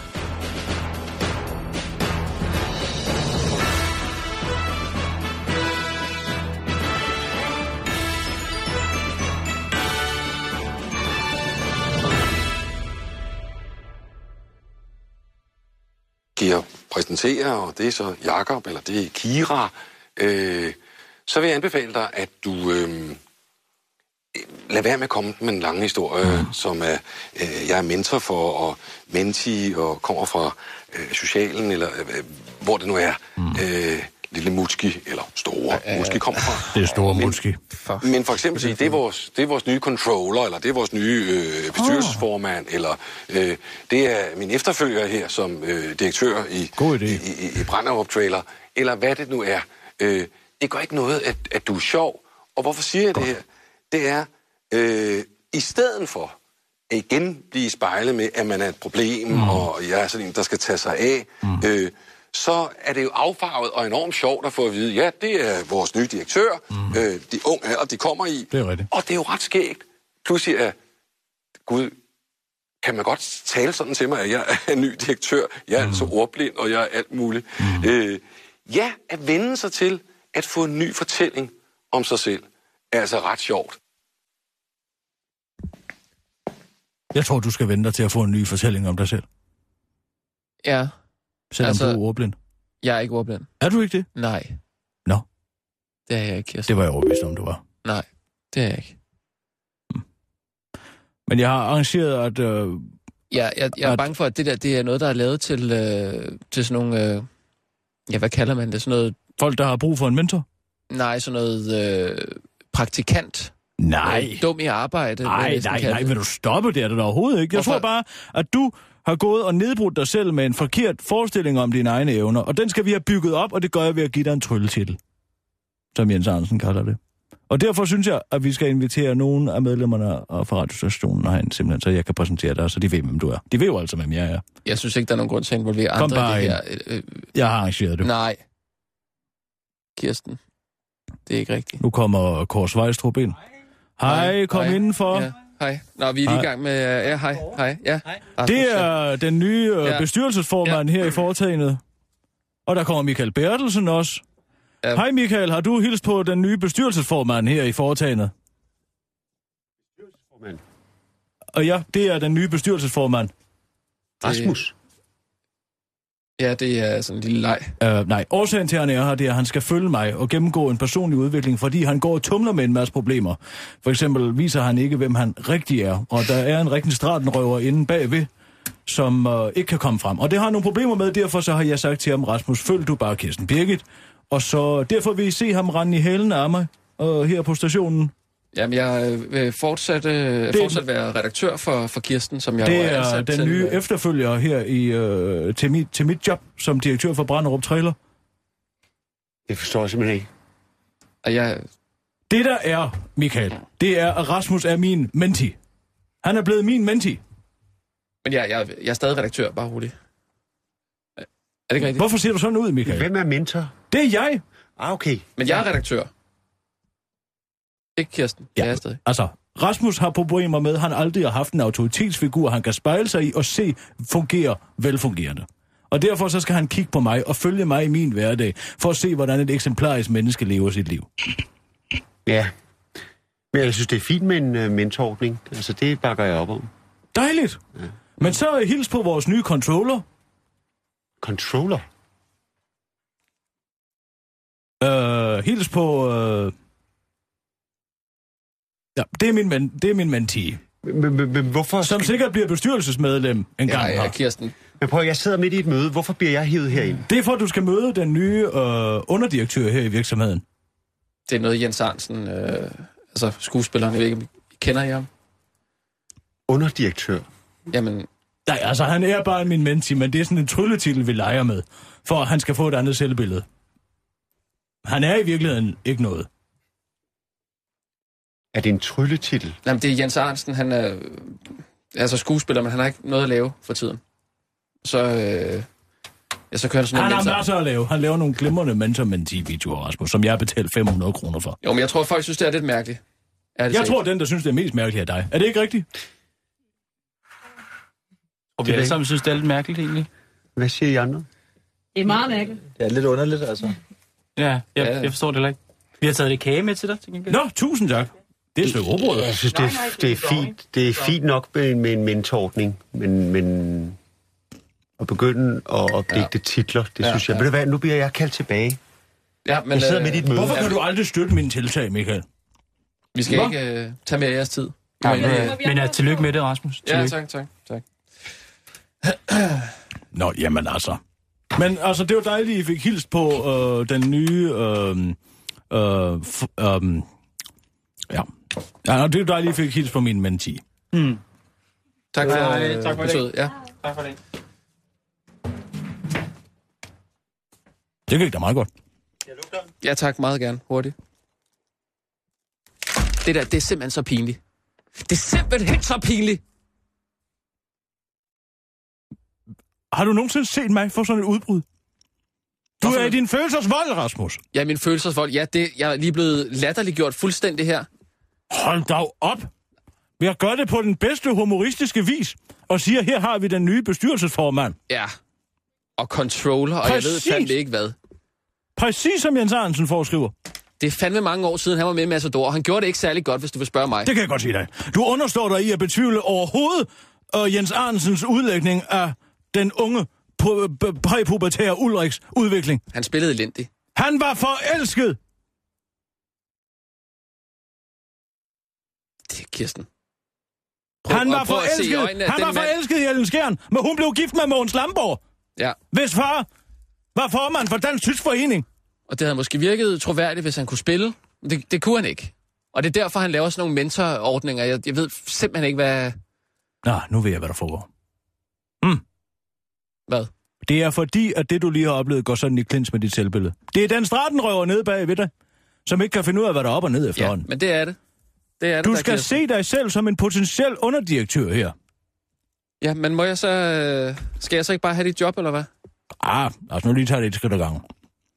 Jeg præsenterer, og det er så Jakob, eller det er Kira, så vil jeg anbefale dig, at du lad være med at komme med en lang historie, som jeg er mentor for, og menti, og kommer fra socialen, eller hvor det nu er. Lille Mutski, eller store Mutski kommer fra. Det er store Mutski. Men for eksempel sige, det er vores nye controller, eller det er vores nye bestyrelsesformand, eller det er min efterfølger her som direktør i Branderup Trailer, eller hvad det nu er. Det gør ikke noget, at du er sjov. Og hvorfor siger jeg det her? Det er, i stedet for at igen blive spejlet med, at man er et problem, og jeg er sådan en, der skal tage sig af, så er det jo affarvet og enormt sjovt at få at vide, ja, det er vores nye direktør, de unge alder, de kommer i. Det er rigtigt. Og det er jo ret skægt. Pludselig er, gud, kan man godt tale sådan til mig, at jeg er ny direktør, jeg er altså ordblind, og jeg er alt muligt. Ja, at vende sig til at få en ny fortælling om sig selv, er altså ret sjovt. Jeg tror, du skal vente dig til at få en ny fortælling om dig selv. Ja. Selvom du er ordblind. Jeg er ikke ordblind. Er du ikke det? Nej. Nå. Det er jeg ikke, Kirsten. Det var jeg overbevist om, du var. Nej, det er jeg ikke. Men jeg har arrangeret, at... Jeg er bange for, at det er noget, der er lavet til sådan nogle... hvad kalder man det? Sådan noget... Folk, der har brug for en mentor? Nej, sådan noget praktikant. Nej. Dum i arbejde. Nej, vil du stoppe det? Er det overhovedet ikke? Jeg tror bare, at du har gået og nedbrudt dig selv med en forkert forestilling om dine egne evner, og den skal vi have bygget op, og det gør jeg ved at give dig en trylletitel, som Jens Arnsen kalder det. Og derfor synes jeg, at vi skal invitere nogle af medlemmerne fra radiostationen herhen, simpelthen, så jeg kan præsentere dig, så de ved, hvem du er. De ved jo altså, hvem jeg er. Jeg synes ikke, der er nogen grund til at involvere andre i det her. Jeg har arrangeret det. Nej. Kirsten. Det er ikke rigtigt. Nu kommer Kors Vejstrup ind. Hej, kom indenfor. Ja, hej. Nå, vi er lige i gang med... Ja, hej. Ja. Det er den nye bestyrelsesformand her i foretagendet. Og der kommer Michael Bertelsen også. Ja. Hej Michael, har du hilst på den nye bestyrelsesformand her i foretagendet? Bestyrelsesformand? Og ja, det er den nye bestyrelsesformand. Rasmus? Ja, det er sådan en lille leg. Nej, årsagen til, at han er her, det er, at han skal følge mig og gennemgå en personlig udvikling, fordi han går og tumler med en masse problemer. For eksempel viser han ikke, hvem han rigtig er, og der er en rigtig stratenrøver inde bagved, som ikke kan komme frem. Og det har han nogle problemer med, derfor så har jeg sagt til ham, Rasmus, følg du bare Kirsten Birgit, og så derfor vil I se ham rende i hælen af mig her på stationen. Jamen, jeg vil fortsat være redaktør for Kirsten, som jeg det er den nye efterfølger her til mit job som direktør for Branderup Trailer. Det forstår jeg simpelthen ikke. Det der er, Michael, det er, at Rasmus er min menti. Han er blevet min menti. Men jeg er stadig redaktør, bare roligt. Er det ikke rigtigt? Hvorfor ser du sådan ud, Michael? Hvem er mentor? Det er jeg. Okay. Men jeg er redaktør. Ikke Kirsten. Ja, jeg er stadig. Altså, Rasmus har problemer med, at han aldrig har haft en autoritetsfigur, han kan spejle sig i og se fungere velfungerende. Og derfor så skal han kigge på mig og følge mig i min hverdag, for at se, hvordan et eksemplarisk menneske lever sit liv. Ja, men jeg synes, det er fint med en mentorordning. Altså, det bakker jeg op om. Dejligt. Ja. Men så hils på vores nye controller. Controller? Hils på... Ja, det er min mentee. Men hvorfor... Som sikkert bliver bestyrelsesmedlem en gang. Ja, Kirsten. Men prøv, jeg sidder midt i et møde. Hvorfor bliver jeg hævet herind? Det er for, at du skal møde den nye underdirektør her i virksomheden. Det er noget Jens Arnsen, skuespilleren, jeg ved ikke, om I kender jer. Underdirektør? Jamen... Nej, altså han er bare min mentee, men det er sådan en trylletitel, vi leger med, for at han skal få et andet selvbillede. Han er i virkeligheden ikke noget. Er det en trylletitel? Jamen, det er Jens Arnsen, han er skuespiller, men han har ikke noget at lave for tiden. Så kører han sådan en... Han har masser at lave. Han laver nogle glimrende mentor-mentee-videoer, Rasmus, som jeg har betalt 500 kroner for. Jo, men jeg tror, folk synes, det er lidt mærkeligt. Jeg tror, den, der synes, det er mest mærkeligt, er dig. Er det ikke rigtigt? Og vi alle sammen synes, det er lidt mærkeligt, egentlig. Hvad siger I andre? Det er meget mærkeligt. Det er lidt underligt, altså. Ja, jeg forstår det heller ikke. Vi har taget lidt kage med til dig, til gengæld. Nå, tusind tak. Det er et stykke råbrød. Jeg synes, det er fint. Det er fint nok med en mentorordning, men at begynde at opdigte titler, det synes jeg. Ved du hvad, nu bliver jeg kaldt tilbage. Ja, men, jeg sidder midt i et møde. Hvorfor kan du aldrig støtte mine tiltag, Michael? Vi skal ikke tage med jeres tid. Men tillykke med det, Rasmus. Tillykke. Ja, tak. Nå, jamen altså. Men altså, det var dejligt, I fik hilst på den nye... Ja, det er dejligt, at I fik hilst på min mentee. Tak for det. Ja. Tak for det. Det gik da meget godt. Ja, tak. Meget gerne. Hurtigt. Det er simpelthen så pinligt. Det er simpelthen så pinligt. Har du nogensinde set mig få sådan et udbrud? Du er i din følelsesvold, Rasmus. Ja, min følelsesvold. Ja, jeg er lige blevet latterliggjort fuldstændig her. Hold dog op. Jeg gør det på den bedste humoristiske vis, og siger, her har vi den nye bestyrelsesformand. Ja, og controller, og jeg ved fandme ikke hvad. Præcis som Jens Arnsen foreskriver. Det er fandme mange år siden, han var med i Matador, og han gjorde det ikke særlig godt, hvis du vil spørge mig. Det kan jeg godt sige dig. Du understår dig i at betvivle overhovedet Jens Arnsens udlægning af den unge præpubertære Ulriks udvikling. Han spillede elendigt. Han var forelsket! Det er Kirsten. Han var forelsket i Ellen Skjern, men hun blev gift med Mogens Lamborg. Ja. Hvis far var formand for Dansk Tysk Forening. Og det havde måske virket troværdigt, hvis han kunne spille. Det kunne han ikke. Og det er derfor, han laver sådan nogle mentorordninger. Jeg ved simpelthen ikke, hvad... Nå, nu ved jeg, hvad der foregår. Hvad? Det er fordi, at det, du lige har oplevet, går sådan i klins med dit selvbillede. Det er den stratenrøver nede bag ved dig, som ikke kan finde ud af, hvad der er op og ned efterhånden. Ja, men det er det. Det er det, du skal se dig selv som en potentiel underdirektør her. Ja, men må jeg så... Skal jeg så ikke bare have dit job, eller hvad? Altså nu lige tager det et skridt ad gangen.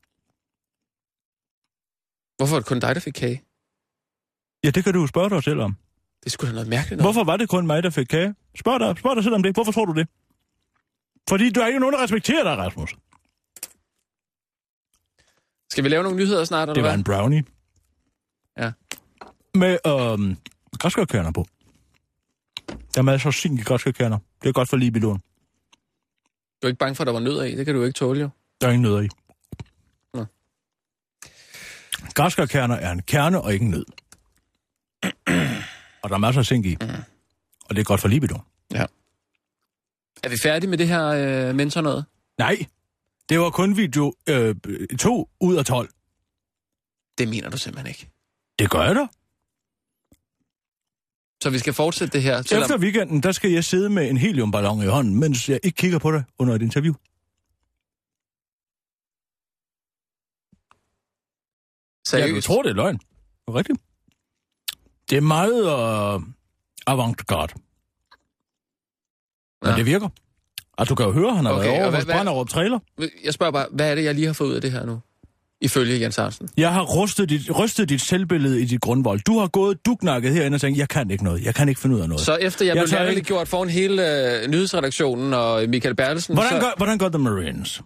Hvorfor var det kun dig, der fik kage? Ja, det kan du jo spørge dig selv om. Det er sgu da noget mærkeligt noget. Hvorfor var det kun mig, der fik kage? Spørg dig selv om det. Hvorfor tror du det? Fordi du er ikke nogen, der respekterer dig, Rasmus. Skal vi lave nogle nyheder snart, eller det var hvad? En brownie. Ja. Med græskarkerner på. Der er masser af zink i græskarkerner. Det er godt for libidoen. Du er ikke bange for, at der var nødder i? Det kan du jo ikke tåle, jo. Der er ingen nødder i. Nå. Græskarkerner er en kerne og ikke en nød. Og der er masser af zink i. Og det er godt for libidoen. Ja. Er vi færdige med det her mentor noget? Nej. Det var kun video 2 ud af 12. Det mener du simpelthen ikke. Det gør jeg da. Så vi skal fortsætte det her? Efter weekenden, der skal jeg sidde med en heliumballon i hånden, mens jeg ikke kigger på dig under et interview. Seriøst? Jeg tror, det er løgn. Rigtigt. Det er meget avantgarde. Men det virker. Altså, du kan jo høre, han har været over hos Branderup Trailer. Jeg spørger bare, hvad er det, jeg lige har fået ud af det her nu? Ifølge Jens Hansen. Jeg har rystet dit selvbillede i dit grundvold. Du har gået duknakket herinde og tænkt, jeg kan ikke noget. Jeg kan ikke finde ud af noget. Så efter jeg blev latterliggjort foran hele nyhedsredaktionen og Michael Bertelsen... Hvordan gør The Marines?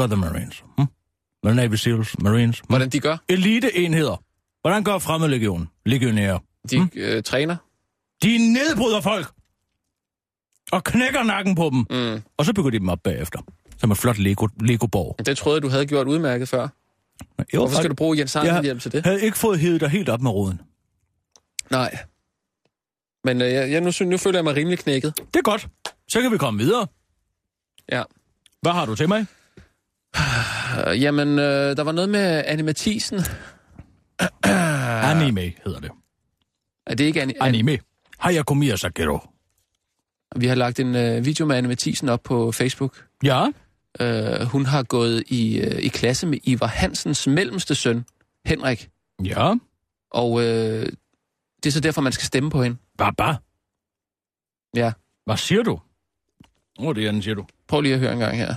Navy Seals, Marines? Hvordan de gør? Eliteenheder. Hvordan gør fremmedlegionen? Legionærer? De træner? De nedbryder folk! Og knækker nakken på dem. Og så bygger de dem op bagefter. Som et flot Lego-borg. Det troede jeg, du havde gjort udmærket før. Hvorfor skal du bruge Jens Hansen hjem til det? Jeg havde ikke fået hævet dig helt op med roden. Nej. Men nu føler jeg mig rimelig knækket. Det er godt. Så kan vi komme videre. Ja. Hvad har du til mig? Jamen, der var noget med Annie Mathisen. Anime hedder det. Er det ikke Anime. Hayako Miyazaki. Vi har lagt en video med Annie Mathisen op på Facebook. Ja. Hun har gået i klasse med Ivar Hansens mellemste søn, Henrik. Ja. Og det er så derfor, man skal stemme på hende. Baba. Ja. Hvad siger du? Det er den, siger du. Prøv lige at høre en gang her.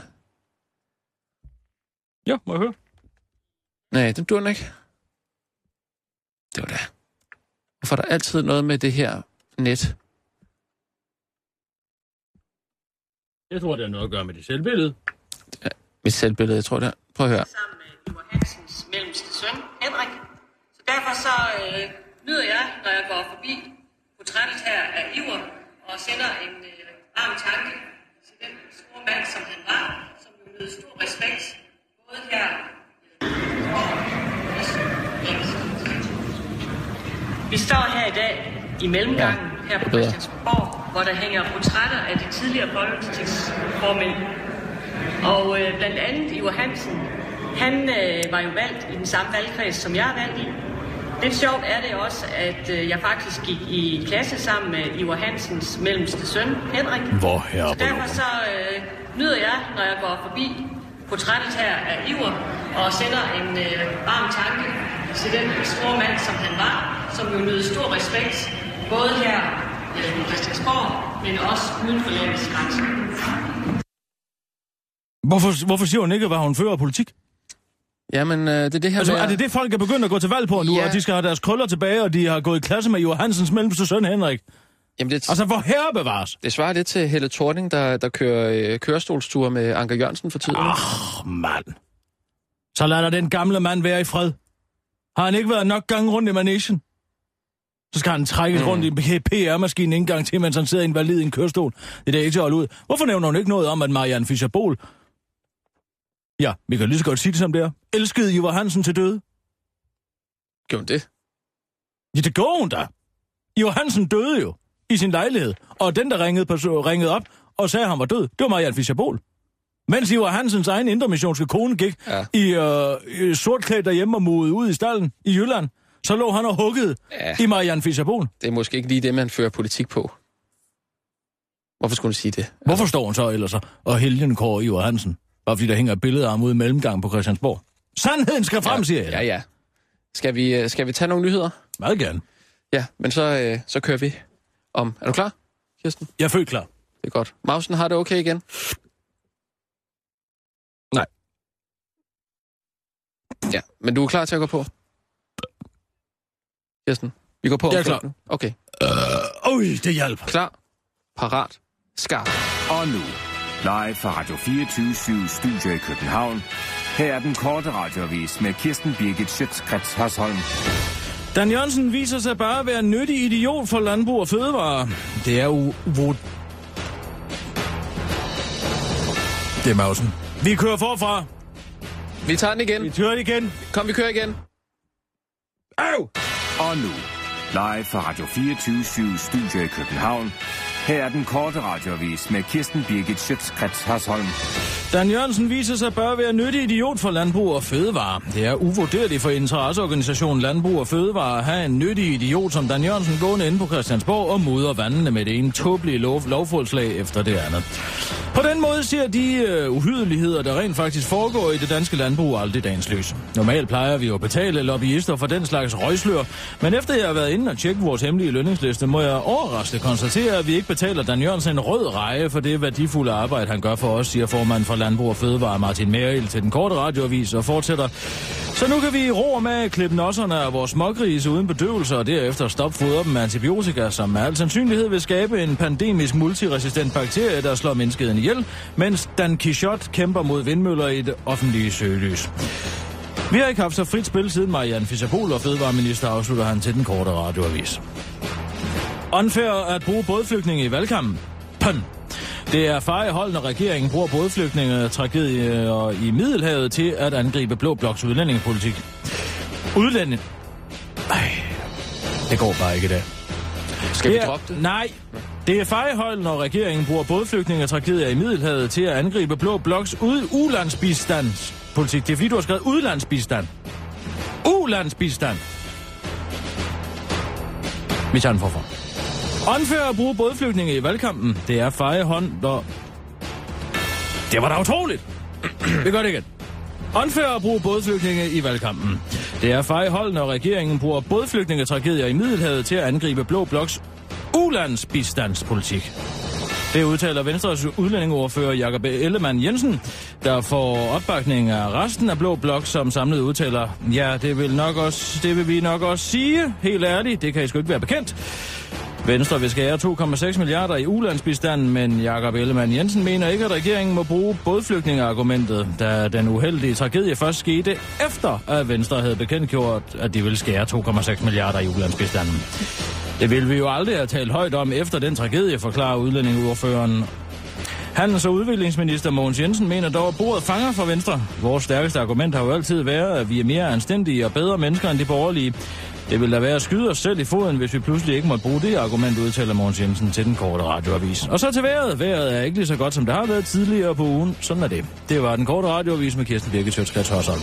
Ja, må jeg høre? Nej, den dur den ikke. Det var det. Hvorfor er der altid noget med det her net? Jeg tror, det har noget at gøre med det selvbillede. Ja, mit selvbillede, jeg tror det er. Prøv at høre. Sammen med Ivar Hansens mellemste søn, Henrik. Så derfor så nyder jeg, når jeg går forbi portrættet her af Ivar, og sender en varm tanke til den store mand, som han var, som jo nød stor respekt, både her Vi står her i dag i mellemgangen her på Christiansborg, hvor der hænger portrætter af de tidligere folketingsformænd. Og blandt andet Ivar Hansen, han var jo valgt i den samme valgkreds, som jeg er valgt i. Lidt sjovt er det også, at jeg faktisk gik i klasse sammen med Ivar Hansens mellemste søn, Henrik. Så derfor så nyder jeg, når jeg går forbi portrættet her af Ivar, og sender en varm tanke til den store mand, som han var, som jo nød stor respekt, både her på Christiansborg, men også uden for landets grænser. Hvorfor siger hun ikke, hvad hun fører af politik? Jamen, det er det her er det det, folk er begyndt at gå til valg på nu, og de skal have deres krøller tilbage, og de har gået i klasse med Ivar Hansens mellemste søn, Henrik? Jamen, altså, hvor herre bevares? Det svarer lidt til Helle Thorning, der kører kørestolsture med Anker Jørgensen for tiden. Mand. Så lader den gamle mand være i fred. Har han ikke været nok gange rundt i managen? Så skal han trækkes rundt i PR-maskinen en gang til, mens han sidder invalid i en kørestol. Det er da ikke til at holde ud. Hvorfor nævner hun ikke noget om, at Marianne Fischer-Bohl... Ja, vi kan lige så godt sige det som det er. Elskede Ivar Hansen til døde. Gjorde hun det? Ja, det går hun da. Ivar Hansen døde jo i sin lejlighed. Og den, der ringede op og sagde, at han var død, det var Marianne Fischer-Bohl. Mens Ivar Hansens egen intermissionske kone gik i sortklædt derhjemme og muede ud i stallen i Jylland, Så lå han og huggede i Marianne Fischer-Boel. Det er måske ikke lige det, man fører politik på. Hvorfor skulle du sige det? Hvorfor står han så ellers og Helgen Kåre Ivar Hansen? Bare fordi der hænger et billede af ham ude i mellemgang på Christiansborg. Sandheden skal frem, siger jeg. Ja. Skal vi tage nogle nyheder? Meget gerne. Ja, men så kører vi om. Er du klar, Kirsten? Jeg er født klar. Det er godt. Mausen har det okay igen? Nej. Ja, men du er klar til at gå på? Kirsten, vi går på. Jeg er klar. Nu. Okay. Det hjælper. Klar, parat, skarp. Og nu, live fra Radio 24/7 Studio i København. Her er den korte radioavis med Kirsten Birgit Schøtz-Krets Hasholm. Dan Jørgensen viser sig bare at være en nyttig idiot for landbrug og fødevarer. Det er Det er Mausen. Vi kører forfra. Vi tager den igen. Vi kører igen. Kom, vi kører igen. Au! Og nu, live fra Radio 24/7 Studio i København. Her er den korte radioavis med Kirsten Birgit Schøtz-Krets Hasholm. Dan Jørgensen viser sig bare at være en nyttig idiot for landbrug og fødevarer. Det er uvurderligt for interesseorganisationen Landbrug og Fødevare at have en nyttig idiot som Dan Jørgensen gående inde på Christiansborg og mudrer vandene med det ene tåbelige lovforslag efter det andet. På den måde ser de uhydeligheder, der rent faktisk foregår i det danske landbrug, aldrig dagens lys. Normalt plejer vi at betale lobbyister for den slags røgslør, men efter jeg har været inde og tjekket vores hemmelige lønningsliste, må jeg overraskende konstatere, at vi ikke betaler Dan Jørgensen en rød reje for det værdifulde arbejde, han gør for os, siger formand for Landbrug og Fødevare Martin Merrild til den korte radioavis og fortsætter. Så nu kan vi i ro med klippe nosserne af vores smågrise uden bedøvelse og derefter stopfodre dem med antibiotika, som med al sandsynlighed vil skabe en pandemisk multiresistent bakterie, der slår menneskeheden ihjel, mens Dan Quixote kæmper mod vindmøller i det offentlige søgelys. Vi har ikke haft så frit spil siden Marianne Fischer-Boel og fødevareminister, afslutter han til den korte radioavis. Unfair at bruge bådflygtninge i valgkampen. Pøn. Det er farehold, når regeringen bruger bådflygtninge tragedier i Middelhavet til at angribe Blå Bloks udlændingepolitik. Udlænding. Det går bare ikke i dag. Skal vi droppe det? Nej. Det er fejlhold, når regeringen bruger bådflygtninge tragedier i Middelhavet til at angribe Blå Bloks ulandsbistandspolitik. Det er fordi, du har skrevet udlandsbistand. Ulandsbistand. Vi tager den forfra. Unfair at bruge bådflygtninge i valgkampen. Det er fejehånd, når... Det var da utroligt. Vi gør det igen. Unfair at bruge bådflygtninge i valgkampen. Det er fejehånd, når regeringen bruger bådflygtningetragedier i Middelhavet til at angribe Blå Bloks ulandsbistandspolitik. Det udtaler Venstres udlændingeordfører Jakob Ellemann-Jensen, der får opbakning af resten af Blå Blok, som samlet udtaler, ja, det vil vi nok også sige, helt ærligt, det kan I sgu ikke være bekendt. Venstre vil skære 2,6 milliarder i ulandsbistanden, men Jakob Ellemann-Jensen mener ikke, at regeringen må bruge bådflygtningeargumentet, da den uheldige tragedie først skete efter, at Venstre havde bekendtgjort, at de ville skære 2,6 milliarder i ulandsbistanden. Det ville vi jo aldrig have talt højt om efter den tragedie, forklarer udlændingeordføreren. Handels- og udviklingsminister Mogens Jensen mener dog, at bordet fanger for Venstre. Vores stærkeste argument har jo altid været, at vi er mere anstændige og bedre mennesker end de borgerlige. Det vil da være at skyde os selv i foden, hvis vi pludselig ikke måtte bruge det argument, udtaler Mogens Jensen til den korte radioavis. Og så til vejret. Vejret er ikke lige så godt, som det har været tidligere på ugen. Sådan er det. Det var den korte radioavis med Kirsten Birgit Schøtz-Krets Hasholm.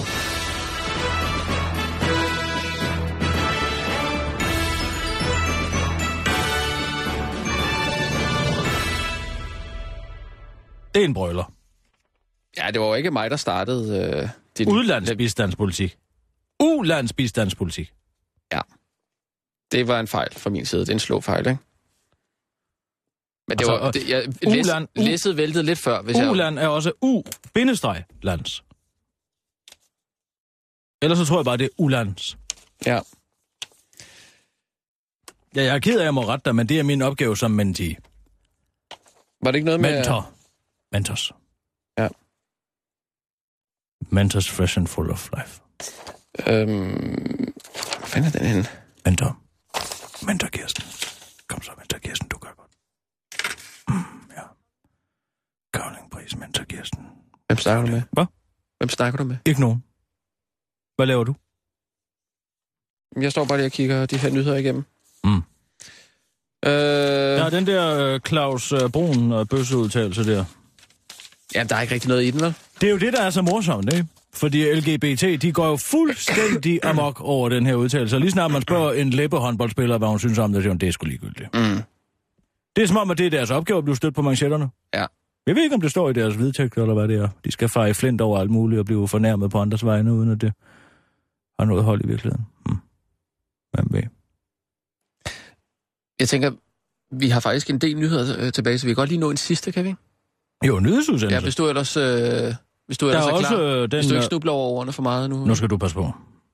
Det er en brøler. Ja, det var jo ikke mig, der startede din... Udlandsbistandspolitik. Ulandsbistandspolitik. Ja. Det var en fejl fra min side. Det er en slå fejl, ikke? Men det var... Jeg læsede væltet lidt før, hvis Uland er også U-lands. Ellers så tror jeg bare, det er ulands. Ja. Ja, jeg er ked af, at jeg må rette dig, men det er min opgave som mentee. Var det ikke noget med... Mentors. Ja. Mentors fresh and full of life. Hvor fanden er den henne? Mentor Kirsten. Kom så, Mentor Kirsten, du gør godt. Ja. Kavlingpris, Mentor Kirsten. Hvem snakker du med? Hvad? Hvem snakker du med? Ikke nogen. Hvad laver du? Jeg står bare lige og kigger de her nyheder igennem. Ja, den der Claus Brun bøsseudtalelse der. Ja, der er ikke rigtig noget i den, vel? Det er jo det, der er så morsomt, ikke? Fordi LGBT, de går jo fuldstændig amok over den her udtalelse. Og lige snart man spørger en læbehåndboldspiller, hvad hun synes om det, så det er sgu ligegyldigt. Det er som om, at det er deres opgave at blive stødt på manchetterne. Ja. Jeg ved ikke, om det står i deres vedtægt, eller hvad det er. De skal fare i flint over alt muligt og blive fornærmet på andres vegne, uden at det har noget hold i virkeligheden. Hvem ved? Jeg tænker, vi har faktisk en del nyheder tilbage, så vi kan godt lige nå en sidste, kan vi? Jo, nyhedsudsendelse. Ja, hvis du ellers er klar. Hvis du ikke snubler over ordene for meget nu. Nu skal du passe på.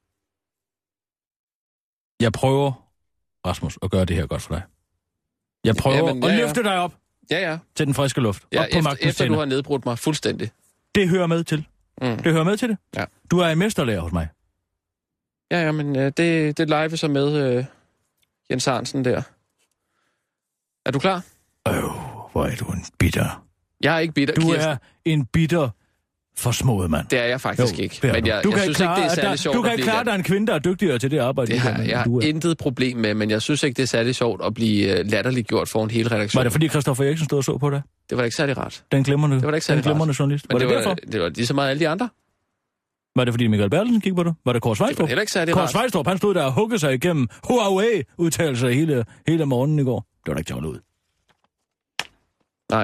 Jeg prøver, Rasmus, at gøre det her godt for dig. Jeg prøver at løfte dig op til den friske luft. Ja, op på efter du har nedbrudt mig fuldstændig. Det hører med til. Det hører med til det. Ja. Du er en mesterlærer hos mig. Ja, men det leger vi så med Jens Arnsen der. Er du klar? Hvor er du en bitter. Jeg er ikke bitter, Du er en bitter forsmået mand. Det er jeg faktisk ikke. Men jeg synes ikke, det er særlig sjovt. Du kan ikke klare, at der er en kvinde, der er dygtigere til det arbejde. Det har jeg intet problem med, men jeg synes ikke, det er særlig sjovt at blive latterliggjort foran hele redaktionen. Var det fordi Christoffer Eriksen stod og så på det? Det var da ikke særlig rart. Den glimrende journalist. Men var det derfor? Det var lige så meget alle de andre. Var det fordi Michael Bertelsen kiggede på det? Var det Kåre Svejstrup? Det var heller ikke særlig rart. Kåre Svejstrup, han stod der og huggede sig igennem Huawei-udtalelser hele morgenen i går. Det var da ikke tjavlet ud. Nej,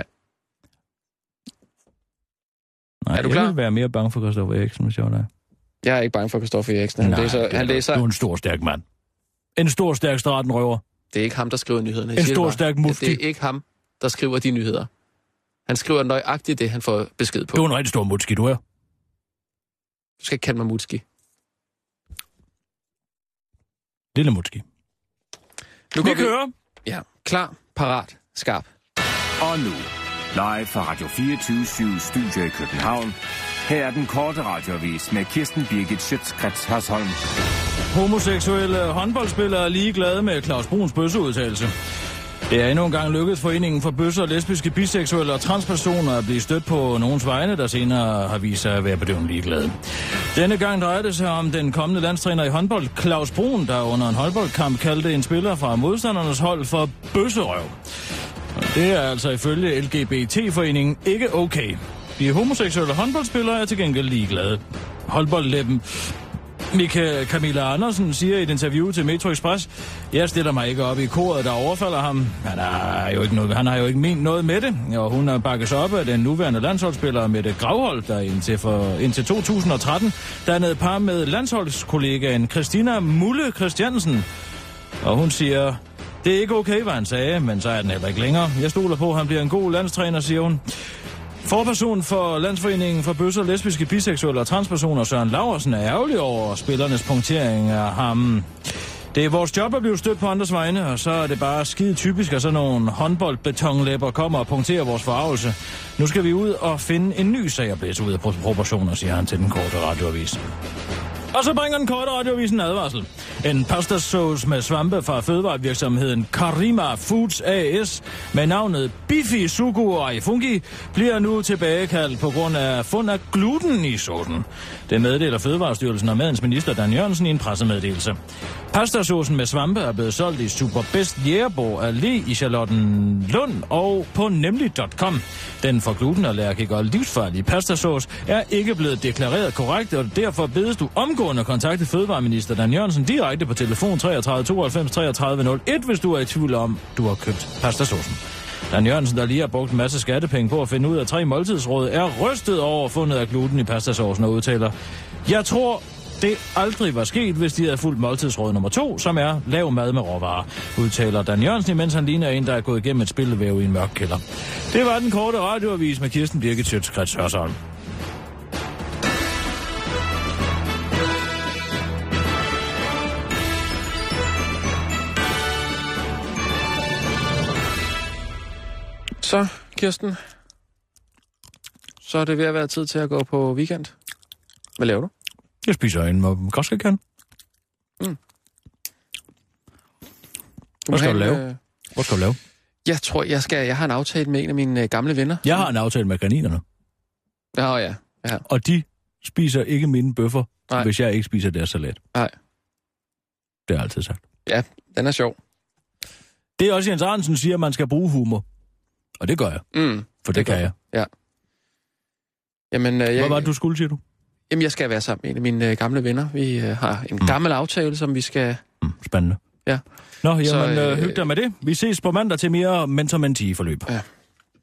er du klar? Jeg vil være mere bange for Christoffer Eriksen, hvis jeg var der. Jeg er ikke bange for Christoffer Eriksen. Han læser... Du er en stor, stærk mand. En stor, stærk stratenrøver. Det er ikke ham, der skriver nyhederne. En stor, stærk mufti. Det er ikke ham, der skriver de nyheder. Han skriver nøjagtigt det, han får besked på. Du er en rigtig stor mutski, du er. Du skal ikke kalde mig mutski. Lille mutski. Nu vi kører. Ja, klar, parat, skarp. Og nu, live fra Radio 24/7 Studio i København. Her er den korte radioavis med Kirsten Birgit Schøtz-Krets Hasholm. Homoseksuelle håndboldspillere er ligeglade med Claus Bruns bøsseudtalelse. Det er endnu en gang lykkedes foreningen for bøsser, lesbiske, biseksuelle og transpersoner at blive stødt på nogens vegne, der senere har vist sig at være bedøvende ligeglade. Denne gang drejer det sig om den kommende landstræner i håndbold, Claus Brun, der under en håndboldkamp kaldte en spiller fra modstandernes hold for bøsserøv. Det er altså ifølge LGBT-foreningen ikke okay. De homoseksuelle håndboldspillere er til gengæld ligeglade. Håndboldlæben Camilla Andersen siger i et interview til Metro Express: jeg stiller mig ikke op i koret, der overfalder ham. Han har jo ikke ment noget med det, og hun bakkes op af den nuværende landsholdsspiller Mette Gravhold, der indtil 2013 dannede par med landsholdskollegaen Christina Mulle Christiansen. Og hun siger: det er ikke okay, hvad han sagde, men så er den heller ikke længere. Jeg stoler på, at han bliver en god landstræner, siger hun. Forperson for Landsforeningen for bøsser, lesbiske, biseksuelle og transpersoner, Søren Laursen, er ærgerlig over spillernes punktering af ham. Det er vores job at blive stødt på andres vegne, og så er det bare skide typisk, at sådan nogle håndboldbetonlæber kommer og punkterer vores forarvelse. Nu skal vi ud og finde en ny sag at blæse ud af proportioner, siger han til den korte radioavis. Og så bringer den korte radioavis en advarsel. En pastasauce med svampe fra fødevarevirksomheden Karima Foods A/S med navnet Bifi Sugu Fungi bliver nu tilbagekaldt på grund af fund af gluten i saucen. Det meddeler Fødevarestyrelsen og Madens minister Dan Jørgensen i en pressemeddelelse. Pastasaucen med svampe er blevet solgt i Superbest Jægerborg Allé i Charlottenlund og på nemlig.com. Den for glutenallergikere og livsfarlige pastasauce er ikke blevet deklareret korrekt, og derfor bedes du omgående kontakte Fødevareminister Dan Jørgensen direkte på telefon 33 92 33 01, hvis du er i tvivl om, du har købt pastasaucen. Dan Jørgensen, der lige har brugt en masse skattepenge på at finde ud af 3 måltidsråd, er rystet over fundet af gluten i pastasaucen og udtaler: jeg tror, det aldrig var sket, hvis de havde fulgt måltidsråd nummer 2, som er lav mad med råvarer, udtaler Dan Jørgensen, imens han ligner en, der er gået igennem et spillevæv i en mørk kælder. Det var den korte radioavis med Kirsten Birgit Schøtz-Krets Hasholm. Så, Kirsten, så er det ved at være tid til at gå på weekend. Hvad laver du? Jeg spiser en græskagekande. Hvad skal du lave? Hvad skal du lave? Jeg tror, jeg har en aftale med en af mine gamle venner. Jeg har en aftale med kaninerne. Ja. Og de spiser ikke mine bøffer, hvis jeg ikke spiser deres salat. Nej. Det har jeg altid sagt. Ja, den er sjov. Det er også Jens Arnsen siger, at man skal bruge humor. Og det gør jeg. For det kan jeg. Ja. Jamen, hvad var det, du skulle, siger du? Jamen, jeg skal være sammen med en af mine gamle venner. Vi har en gammel aftale, som vi skal... Spændende. Ja. Nå, jamen, hyg dig med det. Vi ses på mandag til mere mentor-mentee-forløb. Ja.